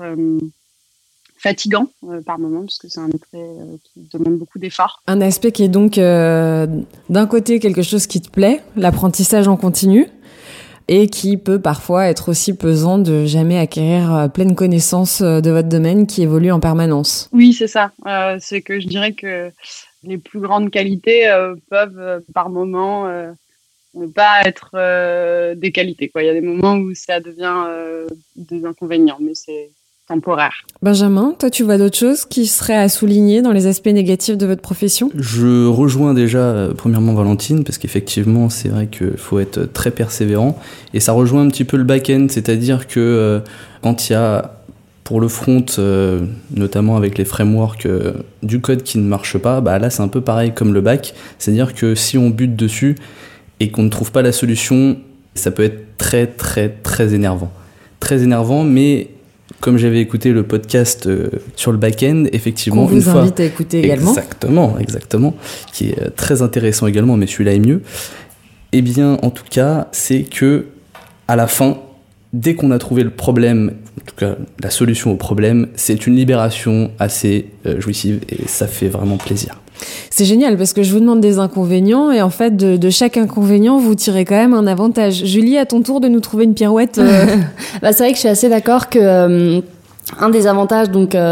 fatigant par moment, parce que c'est un métier qui demande beaucoup d'efforts. Un aspect qui est donc d'un côté quelque chose qui te plaît, l'apprentissage en continu, et qui peut parfois être aussi pesant de jamais acquérir pleine connaissance de votre domaine qui évolue en permanence. Oui, c'est ça. C'est que je dirais que les plus grandes qualités peuvent par moment ne pas être des qualités, quoi. Il y a des moments où ça devient des inconvénients, mais c'est temporaire. Benjamin, toi, tu vois d'autres choses qui seraient à souligner dans les aspects négatifs de votre profession ? Je rejoins déjà premièrement Valentine, parce qu'effectivement c'est vrai qu'il faut être très persévérant, et ça rejoint un petit peu le back-end, c'est-à-dire que quand il y a pour le front, notamment avec les frameworks du code qui ne marche pas, là c'est un peu pareil comme le back, c'est-à-dire que si on bute dessus et qu'on ne trouve pas la solution, ça peut être très très très énervant. Très énervant, mais comme j'avais écouté le podcast sur le back-end, effectivement... Qu'on vous invite à écouter également. Exactement, qui est très intéressant également, mais celui-là est mieux. Eh bien, en tout cas, c'est que à la fin, dès qu'on a trouvé le problème, en tout cas la solution au problème, c'est une libération assez jouissive, et ça fait vraiment plaisir. C'est génial, parce que je vous demande des inconvénients, et en fait, de chaque inconvénient, vous tirez quand même un avantage. Julie, à ton tour de nous trouver une pirouette. C'est vrai que je suis assez d'accord que un des avantages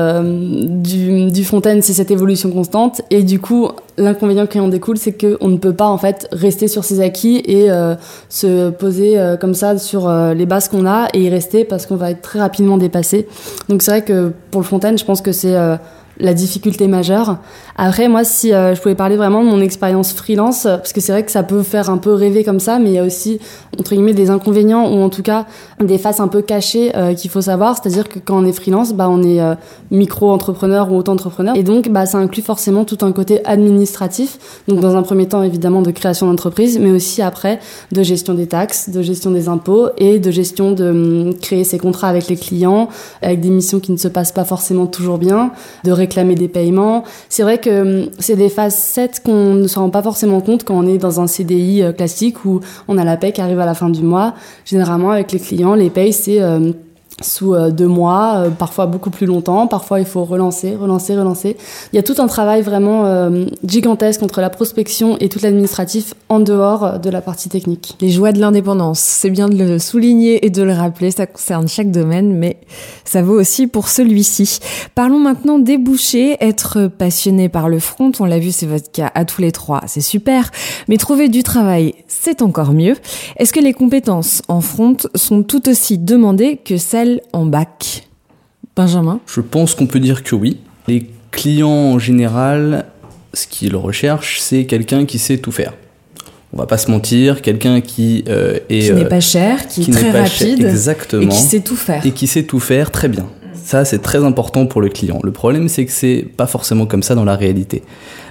du front-end, c'est cette évolution constante, et du coup, l'inconvénient qui en découle, c'est qu'on ne peut pas en fait rester sur ses acquis et se poser comme ça sur les bases qu'on a et y rester, parce qu'on va être très rapidement dépassé. Donc c'est vrai que pour le front-end, je pense que c'est la difficulté majeure. Après, moi, si je pouvais parler vraiment de mon expérience freelance, parce que c'est vrai que ça peut faire un peu rêver comme ça, mais il y a aussi, entre guillemets, des inconvénients, ou en tout cas, des faces un peu cachées qu'il faut savoir. C'est-à-dire que quand on est freelance, on est micro-entrepreneur ou auto-entrepreneur. Et donc, ça inclut forcément tout un côté administratif. Donc, dans un premier temps, évidemment, de création d'entreprise, mais aussi après, de gestion des taxes, de gestion des impôts et de gestion de créer ses contrats avec les clients, avec des missions qui ne se passent pas forcément toujours bien, de réclamer des paiements. C'est vrai que c'est des facettes qu'on ne se rend pas forcément compte quand on est dans un CDI classique où on a la paie qui arrive à la fin du mois. Généralement, avec les clients, les payes, c'est sous 2 mois, parfois beaucoup plus longtemps, parfois il faut relancer. Il y a tout un travail vraiment gigantesque entre la prospection et tout l'administratif en dehors de la partie technique. Les joies de l'indépendance, c'est bien de le souligner et de le rappeler, ça concerne chaque domaine, mais ça vaut aussi pour celui-ci. Parlons maintenant des débouchés, être passionné par le front, on l'a vu, c'est votre cas à tous les trois, c'est super, mais trouver du travail, c'est encore mieux. Est-ce que les compétences en front sont tout aussi demandées que celles en bac? Benjamin? Je pense qu'on peut dire que oui. Les clients en général, ce qu'ils recherchent, c'est quelqu'un qui sait tout faire. On va pas se mentir, quelqu'un qui n'est pas cher, qui est très rapide, exactement, et qui sait tout faire. Et qui sait tout faire très bien. Ça, c'est très important pour le client. Le problème, c'est que c'est pas forcément comme ça dans la réalité.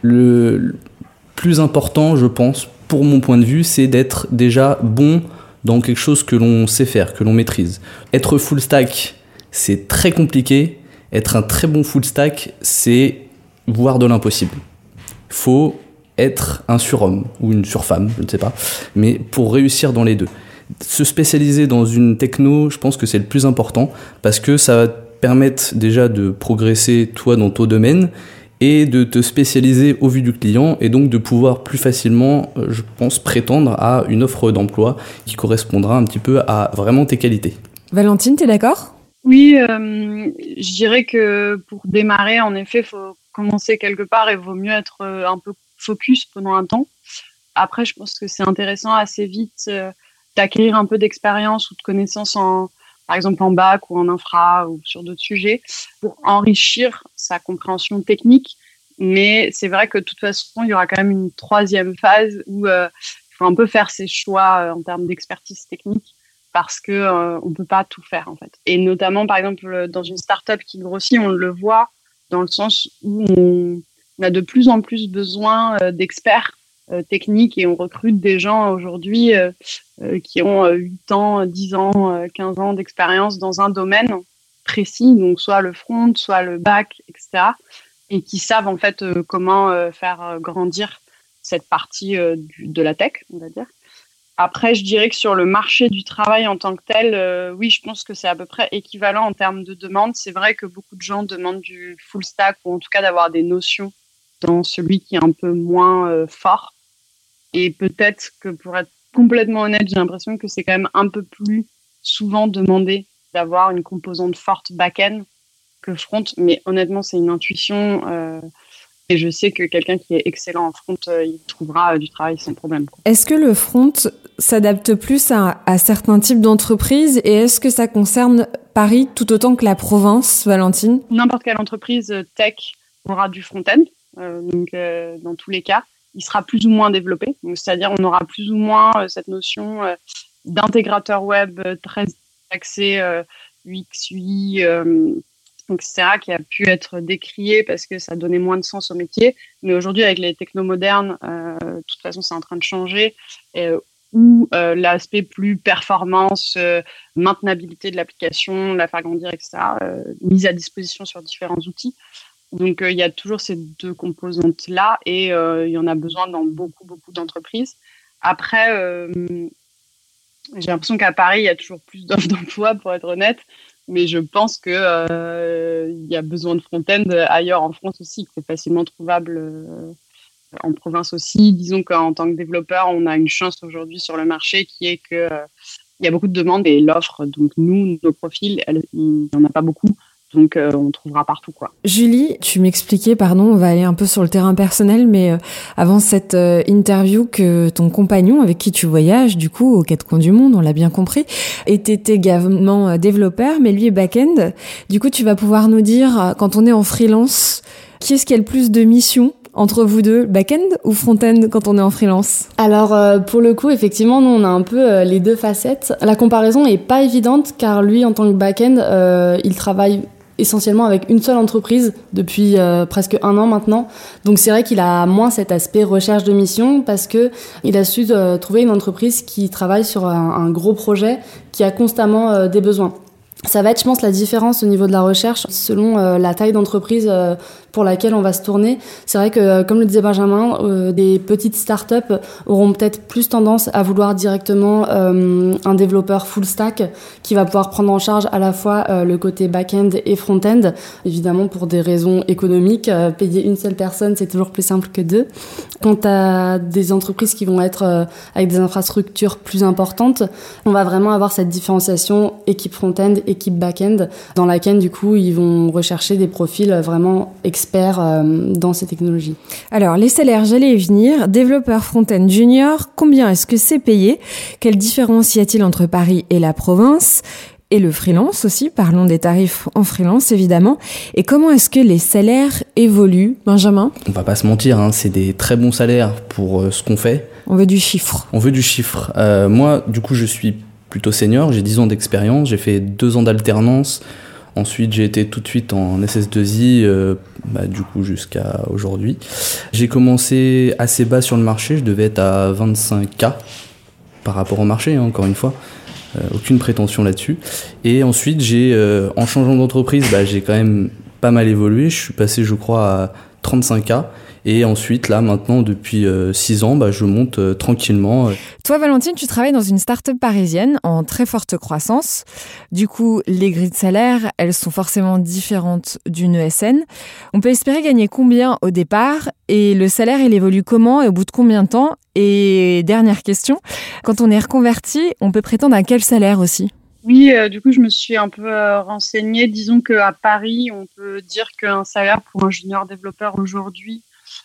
Le plus important, je pense, pour mon point de vue, c'est d'être déjà bon dans quelque chose que l'on sait faire, que l'on maîtrise. Être full stack, c'est très compliqué. Être un très bon full stack, c'est voire de l'impossible. Il faut être un surhomme ou une surfemme, je ne sais pas, mais pour réussir dans les deux. Se spécialiser dans une techno, je pense que c'est le plus important parce que ça va te permettre déjà de progresser toi dans ton domaine et de te spécialiser au vu du client et donc de pouvoir plus facilement, je pense, prétendre à une offre d'emploi qui correspondra un petit peu à vraiment tes qualités. Valentine, t'es d'accord ? Oui, je dirais que pour démarrer, en effet, il faut commencer quelque part et vaut mieux être un peu focus pendant un temps. Après, je pense que c'est intéressant assez vite d'acquérir un peu d'expérience ou de connaissances par exemple en bac ou en infra ou sur d'autres sujets pour enrichir sa compréhension technique. Mais c'est vrai que de toute façon, il y aura quand même une troisième phase où il faut un peu faire ses choix en termes d'expertise technique parce que on peut pas tout faire en fait. Et notamment, par exemple, dans une start-up qui grossit, on le voit dans le sens où on a de plus en plus besoin d'experts techniques et on recrute des gens aujourd'hui qui ont 8 ans, 10 ans, 15 ans d'expérience dans un domaine précis, donc soit le front, soit le back, etc. et qui savent en fait comment faire grandir cette partie de la tech, on va dire. Après, je dirais que sur le marché du travail en tant que tel, oui, je pense que c'est à peu près équivalent en termes de demande. C'est vrai que beaucoup de gens demandent du full stack ou en tout cas d'avoir des notions dans celui qui est un peu moins fort. Et peut-être que pour être complètement honnête, j'ai l'impression que c'est quand même un peu plus souvent demandé d'avoir une composante forte back-end que front. Mais honnêtement, c'est une intuition. Et je sais que quelqu'un qui est excellent en front, il trouvera du travail sans problème. Est-ce que le front s'adapte plus à certains types d'entreprises et est-ce que ça concerne Paris tout autant que la province, Valentine ? N'importe quelle entreprise tech aura du front-end. Donc, dans tous les cas, il sera plus ou moins développé. Donc, c'est-à-dire, on aura plus ou moins cette notion d'intégrateur web très axé UX, UI, etc., qui a pu être décrié parce que ça donnait moins de sens au métier. Mais aujourd'hui, avec les technos modernes, de toute façon, c'est en train de changer. Où l'aspect plus performance, maintenabilité de l'application, la faire grandir, etc., mise à disposition sur différents outils. Donc, il y a toujours ces deux composantes-là et il y en a besoin dans beaucoup, beaucoup d'entreprises. Après, j'ai l'impression qu'à Paris, il y a toujours plus d'offres d'emploi, pour être honnête. Mais je pense que y a besoin de front-end ailleurs en France aussi, que c'est facilement trouvable en province aussi. Disons qu'en tant que développeur, on a une chance aujourd'hui sur le marché qui est que il y a beaucoup de demandes et l'offre. Donc nous, nos profils, il n'y en a pas beaucoup. Donc, on trouvera partout, quoi. Julie, tu m'expliquais, pardon, on va aller un peu sur le terrain personnel, mais avant cette interview, que ton compagnon avec qui tu voyages, du coup, aux quatre coins du monde, on l'a bien compris, était également développeur, mais lui est back-end. Du coup, tu vas pouvoir nous dire, quand on est en freelance, qui est-ce qui a le plus de missions entre vous deux, back-end ou front-end quand on est en freelance? Alors pour le coup, effectivement, nous on a un peu les deux facettes. La comparaison est pas évidente car lui, en tant que back-end, il travaille essentiellement avec une seule entreprise depuis presque 1 an maintenant. Donc c'est vrai qu'il a moins cet aspect recherche de mission parce que il a su trouver une entreprise qui travaille sur un gros projet qui a constamment des besoins. Ça va être, je pense, la différence au niveau de la recherche selon la taille d'entreprise pour laquelle on va se tourner. C'est vrai que, comme le disait Benjamin, des petites startups auront peut-être plus tendance à vouloir directement un développeur full stack qui va pouvoir prendre en charge à la fois le côté back-end et front-end. Évidemment, pour des raisons économiques, payer une seule personne, c'est toujours plus simple que 2. Quant à des entreprises qui vont être avec des infrastructures plus importantes, on va vraiment avoir cette différenciation équipe front-end, équipe back-end, dans laquelle, du coup, ils vont rechercher des profils vraiment experts dans ces technologies. Alors, les salaires, j'allais y venir. Développeur front-end junior, combien est-ce que c'est payé? Quelle différence y a-t-il entre Paris et la province? Et le freelance aussi, parlons des tarifs en freelance évidemment. Et comment est-ce que les salaires évoluent, Benjamin? On va pas se mentir, hein, c'est des très bons salaires pour ce qu'on fait. On veut du chiffre. On veut du chiffre. Moi, du coup, je suis plutôt senior, j'ai 10 ans d'expérience, j'ai fait 2 ans d'alternance. Ensuite, j'ai été tout de suite en SS2I, du coup jusqu'à aujourd'hui. J'ai commencé assez bas sur le marché, je devais être à 25K par rapport au marché, hein, encore une fois. Aucune prétention là-dessus. Et ensuite, en changeant d'entreprise, j'ai quand même pas mal évolué. Je suis passé, je crois, à 35K. Et ensuite, là, maintenant, depuis 6 ans, je monte tranquillement. Toi, Valentine, tu travailles dans une start-up parisienne en très forte croissance. Du coup, les grilles de salaire, elles sont forcément différentes d'une ESN. On peut espérer gagner combien au départ? Et le salaire, il évolue comment et au bout de combien de temps? Et dernière question, quand on est reconverti, on peut prétendre à quel salaire aussi? Oui, du coup, je me suis un peu renseignée. Disons qu'à Paris, on peut dire qu'un salaire pour un junior développeur aujourd'hui,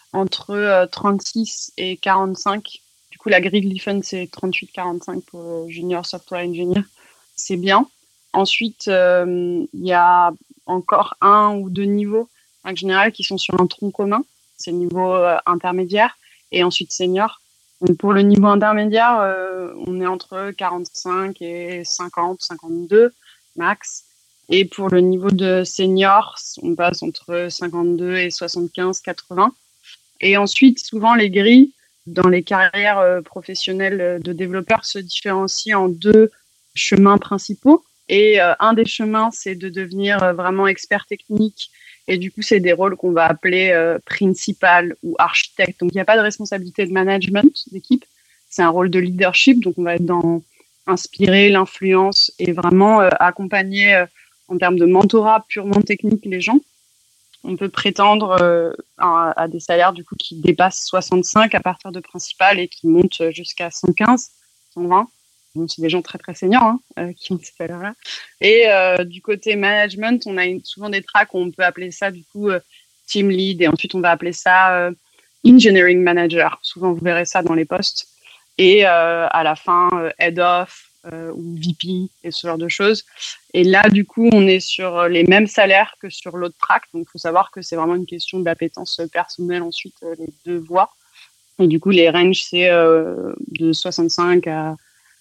entre 36 et 45. Du coup, la grille de l'IFEN, c'est 38-45 pour Junior Software Engineer. C'est bien. Ensuite, il y a encore 1 ou 2 niveaux, en général, qui sont sur un tronc commun. C'est le niveau intermédiaire et ensuite senior. Donc, pour le niveau intermédiaire, on est entre 45 et 50, 52 max. Et pour le niveau de senior, on passe entre 52 et 75, 80. Et ensuite, souvent, les grilles dans les carrières professionnelles de développeurs se différencient en 2 chemins principaux. Et un des chemins, c'est de devenir vraiment expert technique. Et du coup, c'est des rôles qu'on va appeler principal ou architecte. Donc, il n'y a pas de responsabilité de management d'équipe. C'est un rôle de leadership. Donc, on va être dans inspirer, l'influence et vraiment accompagner en termes de mentorat purement technique les gens. On peut prétendre à des salaires du coup qui dépassent 65 à partir de principal et qui montent jusqu'à 115, 120. Donc, c'est des gens très très seniors qui ont ces salaires-là. Et du côté management, on a souvent des tracks où on peut appeler ça du coup team lead et ensuite on va appeler ça engineering manager. Souvent vous verrez ça dans les postes. Et à la fin head of ou VP et ce genre de choses. Et là, du coup, on est sur les mêmes salaires que sur l'autre track. Donc, il faut savoir que c'est vraiment une question d'appétence personnelle ensuite, les 2 voies. Et du coup, les ranges, c'est de 65 à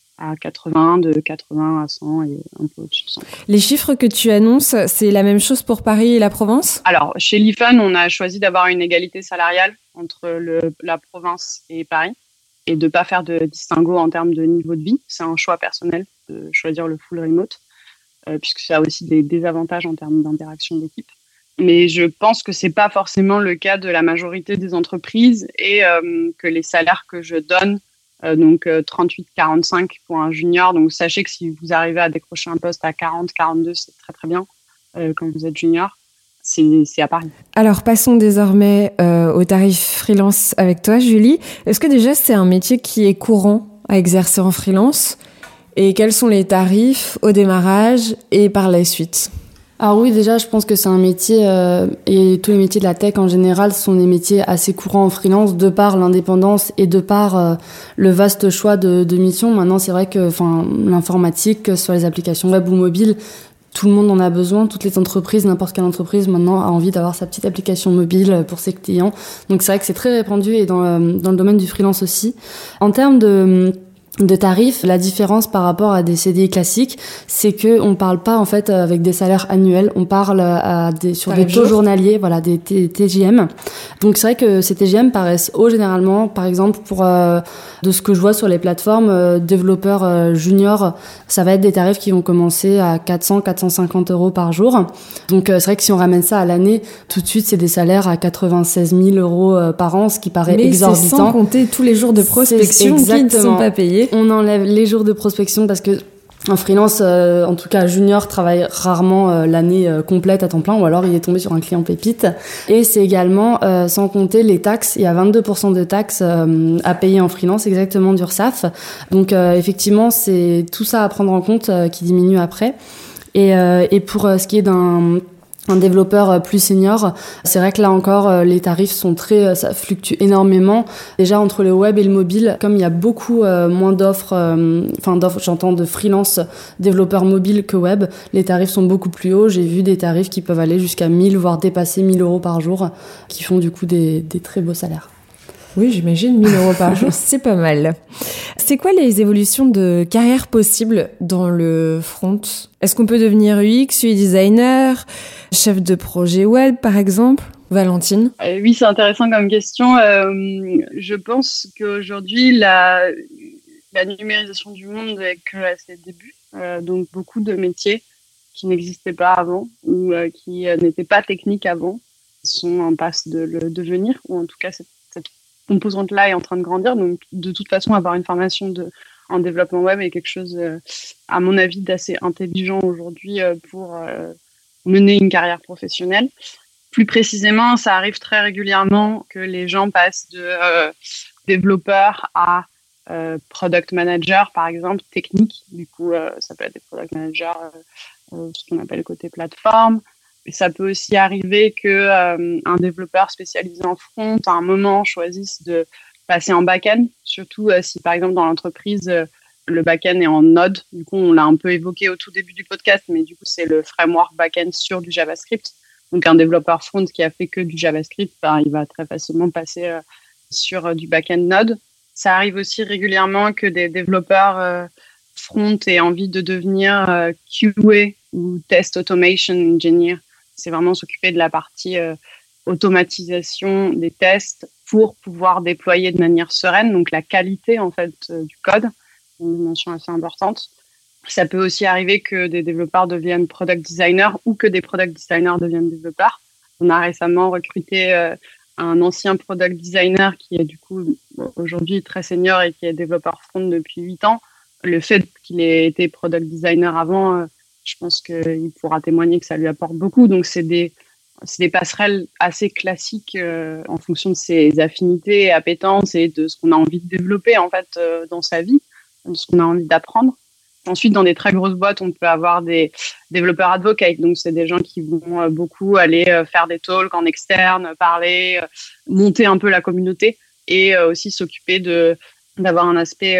80, de 80 à 100 et un peu au-dessus de 100. Les chiffres que tu annonces, c'est la même chose pour Paris et la province? Alors, chez l'IFEN, on a choisi d'avoir une égalité salariale entre la province et Paris et de ne pas faire de distinguo en termes de niveau de vie. C'est un choix personnel de choisir le full remote, puisque ça a aussi des désavantages en termes d'interaction d'équipe. Mais je pense que c'est pas forcément le cas de la majorité des entreprises et que les salaires que je donne, donc 38-45 pour un junior, donc sachez que si vous arrivez à décrocher un poste à 40-42, c'est très très bien quand vous êtes junior. C'est à Paris. Alors, passons désormais au tarif freelance avec toi, Julie. Est-ce que déjà, c'est un métier qui est courant à exercer en freelance? Et quels sont les tarifs au démarrage et par la suite? Alors oui, déjà, je pense que c'est un métier, et tous les métiers de la tech en général sont des métiers assez courants en freelance, de par l'indépendance et de par le vaste choix de missions. Maintenant, c'est vrai que l'informatique, que ce soit les applications web ou mobiles, tout le monde en a besoin. Toutes les entreprises, n'importe quelle entreprise maintenant a envie d'avoir sa petite application mobile pour ses clients. Donc c'est vrai que c'est très répandu et dans le domaine du freelance aussi. En termes de tarifs, la différence par rapport à des CDI classiques, c'est que on parle pas en fait avec des salaires annuels, on parle sur des taux journaliers, voilà, des TJM. Donc c'est vrai que ces TJM paraissent hauts généralement. Par exemple, pour de ce que je vois sur les plateformes, développeurs juniors, ça va être des tarifs qui vont commencer à 400-450 € par jour. Donc c'est vrai que si on ramène ça à l'année, tout de suite c'est des salaires à 96 000 € par an, ce qui paraît exorbitant. Mais c'est sans compter tous les jours de prospection qui ne sont pas payés. On enlève les jours de prospection parce que un freelance, en tout cas junior, travaille rarement l'année complète à temps plein, ou alors il est tombé sur un client pépite. Et c'est également, sans compter les taxes, il y a 22% de taxes à payer en freelance, exactement d'URSSAF. Donc effectivement, c'est tout ça à prendre en compte qui diminue après. Et pour ce qui est un développeur plus senior, c'est vrai que là encore les tarifs sont ça fluctue énormément. Déjà entre le web et le mobile, comme il y a beaucoup moins d'offres, d'offres, j'entends de freelance développeurs mobile que web, les tarifs sont beaucoup plus hauts. J'ai vu des tarifs qui peuvent aller jusqu'à 1000 voire dépasser 1000 € par jour, qui font du coup des très beaux salaires. Oui, j'imagine 1000 € par jour, c'est pas mal. C'est quoi les évolutions de carrière possibles dans le front ? Est-ce qu'on peut devenir UX, UI designer, chef de projet web par exemple ? Valentine ? Oui, c'est intéressant comme question. Je pense qu'aujourd'hui, la numérisation du monde est que à ses débuts. Donc beaucoup de métiers qui n'existaient pas avant ou qui n'étaient pas techniques avant sont en passe de le devenir, ou en tout cas cette composante-là est en train de grandir. Donc, de toute façon, avoir une formation en développement web est quelque chose, à mon avis, d'assez intelligent aujourd'hui pour mener une carrière professionnelle. Plus précisément, ça arrive très régulièrement que les gens passent de développeur à product manager, par exemple, technique. Du coup, ça peut être des product managers, ce qu'on appelle côté plateforme. Et ça peut aussi arriver que un développeur spécialisé en front, à un moment, choisisse de passer en back-end, surtout si, par exemple, dans l'entreprise, le back-end est en Node. Du coup, on l'a un peu évoqué au tout début du podcast, mais du coup, c'est le framework back-end sur du JavaScript. Donc, un développeur front qui a fait que du JavaScript, il va très facilement passer sur du back-end Node. Ça arrive aussi régulièrement que des développeurs front aient envie de devenir QA ou Test Automation Engineer. C'est vraiment s'occuper de la partie automatisation des tests pour pouvoir déployer de manière sereine. Donc, la qualité, en fait, du code, c'est une dimension assez importante. Ça peut aussi arriver que des développeurs deviennent product designers ou que des product designers deviennent développeurs. On a récemment recruté un ancien product designer qui est du coup aujourd'hui très senior et qui est développeur front depuis 8 ans. Le fait qu'il ait été product designer avant, je pense qu'il pourra témoigner que ça lui apporte beaucoup. Donc, c'est des passerelles assez classiques en fonction de ses affinités et appétences et de ce qu'on a envie de développer en fait dans sa vie, de ce qu'on a envie d'apprendre. Ensuite, dans des très grosses boîtes, on peut avoir des développeurs advocates. Donc, c'est des gens qui vont beaucoup aller faire des talks en externe, parler, monter un peu la communauté et aussi s'occuper d'avoir un aspect,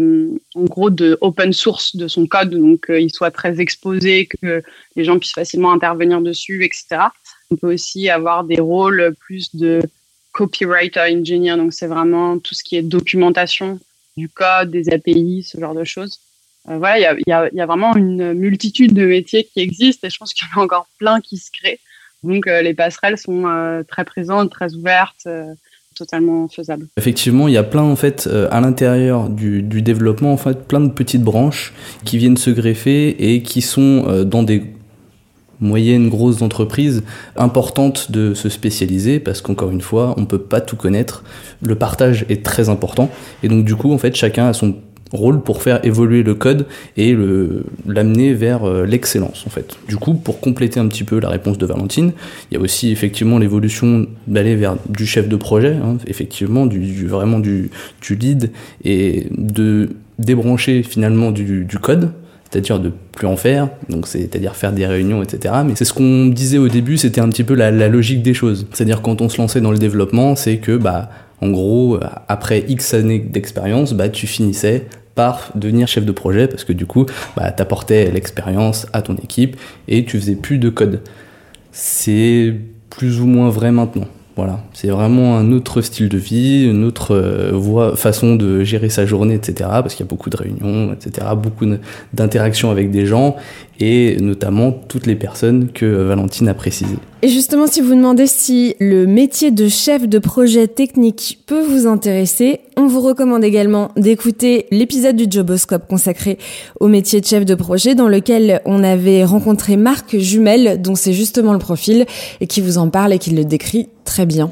en gros, de open source de son code. Donc, il soit très exposé, que les gens puissent facilement intervenir dessus, etc. On peut aussi avoir des rôles plus de copywriter engineer. Donc, c'est vraiment tout ce qui est documentation du code, des API, ce genre de choses. Voilà, il y a vraiment une multitude de métiers qui existent et je pense qu'il y en a encore plein qui se créent. Donc, les passerelles sont très présentes, très ouvertes, totalement faisables. Effectivement, il y a plein, en fait, à l'intérieur du développement, en fait, plein de petites branches qui viennent se greffer et qui sont dans des moyennes, grosses entreprises importantes de se spécialiser parce qu'encore une fois, on peut pas tout connaître. Le partage est très important et donc, du coup, en fait, chacun a son rôle pour faire évoluer le code et l'amener vers l'excellence en fait. Du coup, pour compléter un petit peu la réponse de Valentine, il y a aussi effectivement l'évolution d'aller vers du chef de projet, effectivement vraiment du lead et de débrancher finalement du code c'est-à-dire de plus en faire, donc c'est-à-dire faire des réunions, etc. Mais c'est ce qu'on disait au début, c'était un petit peu la logique des choses. C'est-à-dire quand on se lançait dans le développement, c'est que en gros, après X années d'expérience, tu finissais par devenir chef de projet parce que du coup, t'apportais l'expérience à ton équipe et tu faisais plus de code. C'est plus ou moins vrai maintenant. Voilà, c'est vraiment un autre style de vie, une autre façon de gérer sa journée, etc. Parce qu'il y a beaucoup de réunions, etc. Beaucoup d'interactions avec des gens et notamment toutes les personnes que Valentine a précisées. Et justement, si vous demandez si le métier de chef de projet technique peut vous intéresser, on vous recommande également d'écouter l'épisode du Joboscope consacré au métier de chef de projet dans lequel on avait rencontré Marc Jumel, dont c'est justement le profil, et qui vous en parle et qui le décrit très bien.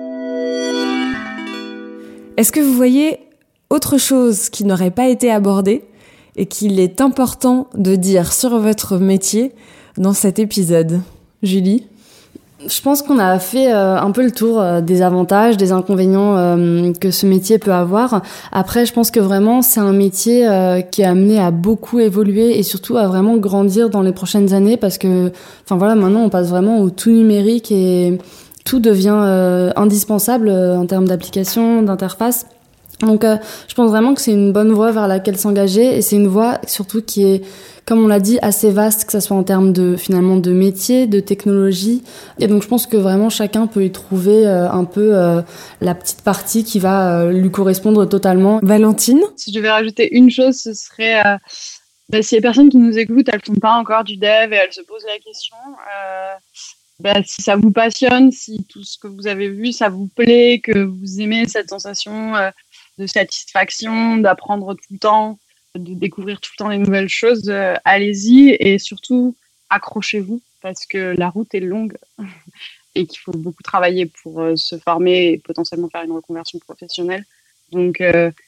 Est-ce que vous voyez autre chose qui n'aurait pas été abordée et qu'il est important de dire sur votre métier dans cet épisode? Julie ? Je pense qu'on a fait un peu le tour des avantages, des inconvénients que ce métier peut avoir. Après, je pense que vraiment, c'est un métier qui est amené à beaucoup évoluer et surtout à vraiment grandir dans les prochaines années parce que, maintenant, on passe vraiment au tout numérique et tout devient indispensable en termes d'application, d'interface. Donc, je pense vraiment que c'est une bonne voie vers laquelle s'engager et c'est une voie surtout qui est, comme on l'a dit, assez vaste, que ça soit en termes de métier, de technologie. Et donc, je pense que vraiment chacun peut y trouver un peu la petite partie qui va lui correspondre totalement. Valentine ? Si je devais rajouter une chose, ce serait si les personnes qui nous écoutent, elles font pas encore du dev et elles se posent la question. Si ça vous passionne, si tout ce que vous avez vu, ça vous plaît, que vous aimez cette sensation de satisfaction, d'apprendre tout le temps, de découvrir tout le temps des nouvelles choses, allez-y et surtout accrochez-vous parce que la route est longue et qu'il faut beaucoup travailler pour se former et potentiellement faire une reconversion professionnelle. Donc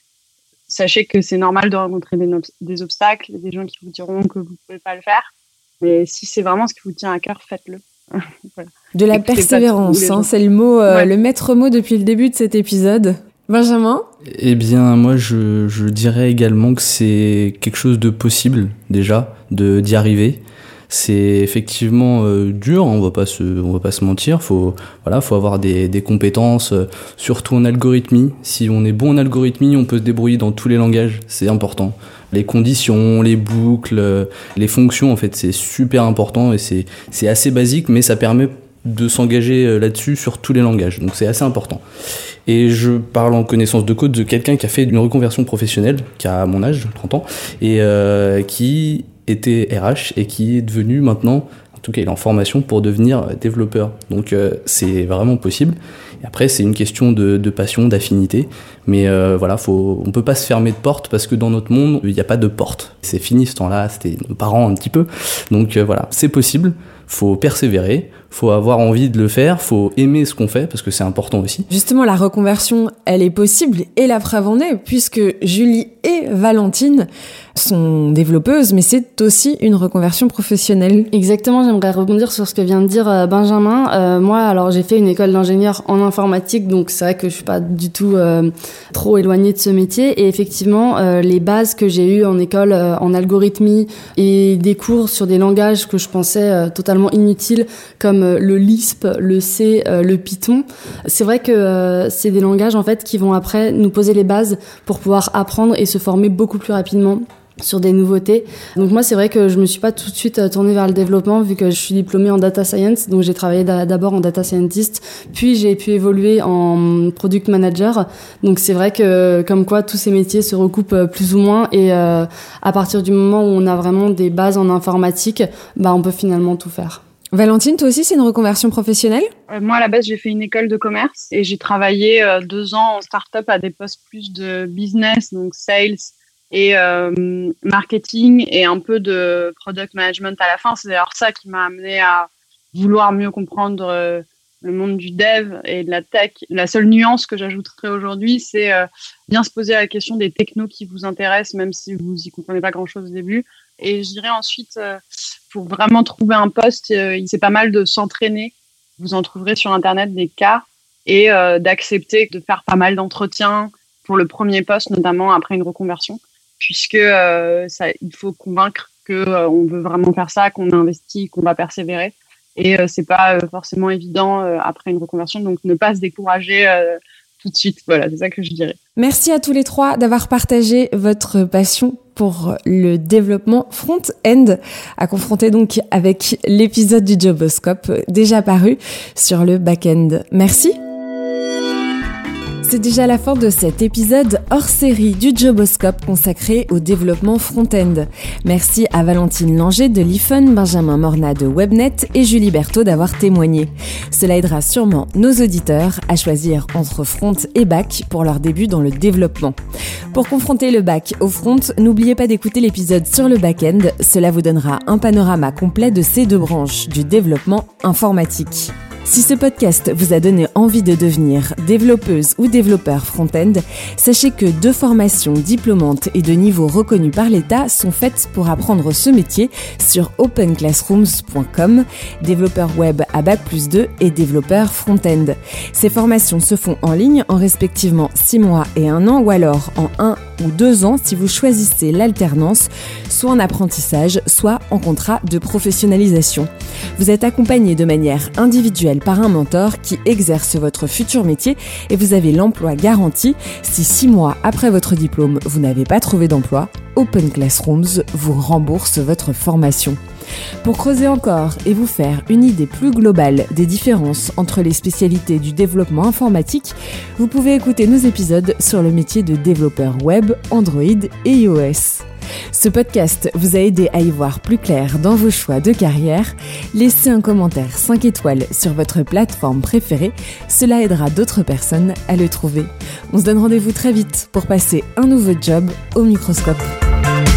sachez que c'est normal de rencontrer des obstacles, des gens qui vous diront que vous ne pouvez pas le faire, mais si c'est vraiment ce qui vous tient à cœur, faites-le. Voilà. De la persévérance, c'est le mot, le maître mot depuis le début de cet épisode. Benjamin ? Eh bien, moi, je dirais également que c'est quelque chose de possible, déjà, d'y arriver. C'est effectivement dur, on va pas se mentir. Faut avoir des compétences, surtout en algorithmie. Si on est bon en algorithmie, on peut se débrouiller dans tous les langages, c'est important. Les conditions, les boucles, les fonctions, en fait, c'est super important et c'est assez basique, mais ça permet de s'engager là-dessus sur tous les langages. Donc c'est assez important. Et je parle en connaissance de cause de quelqu'un qui a fait une reconversion professionnelle, qui a mon âge, 30 ans, et qui était RH et qui est devenu maintenant, en tout cas il est en formation pour devenir développeur. Donc c'est vraiment possible. Et après c'est une question de passion, d'affinité. Mais on peut pas se fermer de porte parce que dans notre monde, il n'y a pas de porte. C'est fini ce temps-là, c'était nos parents un petit peu. Donc c'est possible. Faut persévérer, faut avoir envie de le faire, faut aimer ce qu'on fait parce que c'est important aussi. Justement, la reconversion, elle est possible et la preuve en est puisque Julie et Valentine sont développeuses, mais c'est aussi une reconversion professionnelle. Exactement, j'aimerais rebondir sur ce que vient de dire Benjamin. Moi, alors j'ai fait une école d'ingénieur en informatique, donc c'est vrai que je suis pas du tout trop éloignée de ce métier. Et effectivement, les bases que j'ai eues en école en algorithmie et des cours sur des langages que je pensais totalement inutiles, comme le Lisp, le C, le Python. C'est vrai que c'est des langages en fait qui vont après nous poser les bases pour pouvoir apprendre et se former beaucoup plus rapidement sur des nouveautés. Donc moi, c'est vrai que je me suis pas tout de suite tournée vers le développement vu que je suis diplômée en data science. Donc j'ai travaillé d'abord en data scientist, puis j'ai pu évoluer en product manager. Donc c'est vrai que comme quoi tous ces métiers se recoupent plus ou moins et à partir du moment où on a vraiment des bases en informatique, on peut finalement tout faire. Valentine, toi aussi, c'est une reconversion professionnelle ? Moi, à la base, j'ai fait une école de commerce et j'ai travaillé 2 ans en start-up à des postes plus de business, donc sales et marketing et un peu de product management à la fin. C'est d'ailleurs ça qui m'a amené à vouloir mieux comprendre le monde du dev et de la tech. La seule nuance que j'ajouterais aujourd'hui, c'est bien se poser la question des technos qui vous intéressent, même si vous y comprenez pas grand-chose au début. Et je dirais ensuite, pour vraiment trouver un poste, c'est pas mal de s'entraîner. Vous en trouverez sur Internet des cas et d'accepter de faire pas mal d'entretiens pour le premier poste, notamment après une reconversion, puisque il faut convaincre que on veut vraiment faire ça, qu'on a investi, qu'on va persévérer. Et c'est pas forcément évident après une reconversion, donc ne pas se décourager tout de suite. Voilà, c'est ça que je dirais. Merci à tous les trois d'avoir partagé votre passion pour le développement front-end, à confronter donc avec l'épisode du Joboscope déjà paru sur le back-end. Merci. C'est déjà la fin de cet épisode hors série du Joboscope consacré au développement front-end. Merci à Valentine Langer de l'IFUN, Benjamin Morna de Webnet et Julie Berthaud d'avoir témoigné. Cela aidera sûrement nos auditeurs à choisir entre front et back pour leur début dans le développement. Pour confronter le back au front, n'oubliez pas d'écouter l'épisode sur le back-end. Cela vous donnera un panorama complet de ces deux branches du développement informatique. Si ce podcast vous a donné envie de devenir développeuse ou développeur front-end, sachez que 2 formations diplômantes et de niveau reconnu par l'État sont faites pour apprendre ce métier sur openclassrooms.com, développeur web à Bac+2 et développeur front-end. Ces formations se font en ligne en respectivement 6 mois et 1 an ou alors en 1 ou 2 ans si vous choisissez l'alternance, soit en apprentissage, soit en contrat de professionnalisation. Vous êtes accompagné de manière individuelle par un mentor qui exerce votre futur métier et vous avez l'emploi garanti. Si 6 mois après votre diplôme, vous n'avez pas trouvé d'emploi, Open Classrooms vous rembourse votre formation. Pour creuser encore et vous faire une idée plus globale des différences entre les spécialités du développement informatique, vous pouvez écouter nos épisodes sur le métier de développeur web, Android et iOS. Ce podcast vous a aidé à y voir plus clair dans vos choix de carrière. Laissez un commentaire 5 étoiles sur votre plateforme préférée, cela aidera d'autres personnes à le trouver. On se donne rendez-vous très vite pour passer un nouveau job au microscope.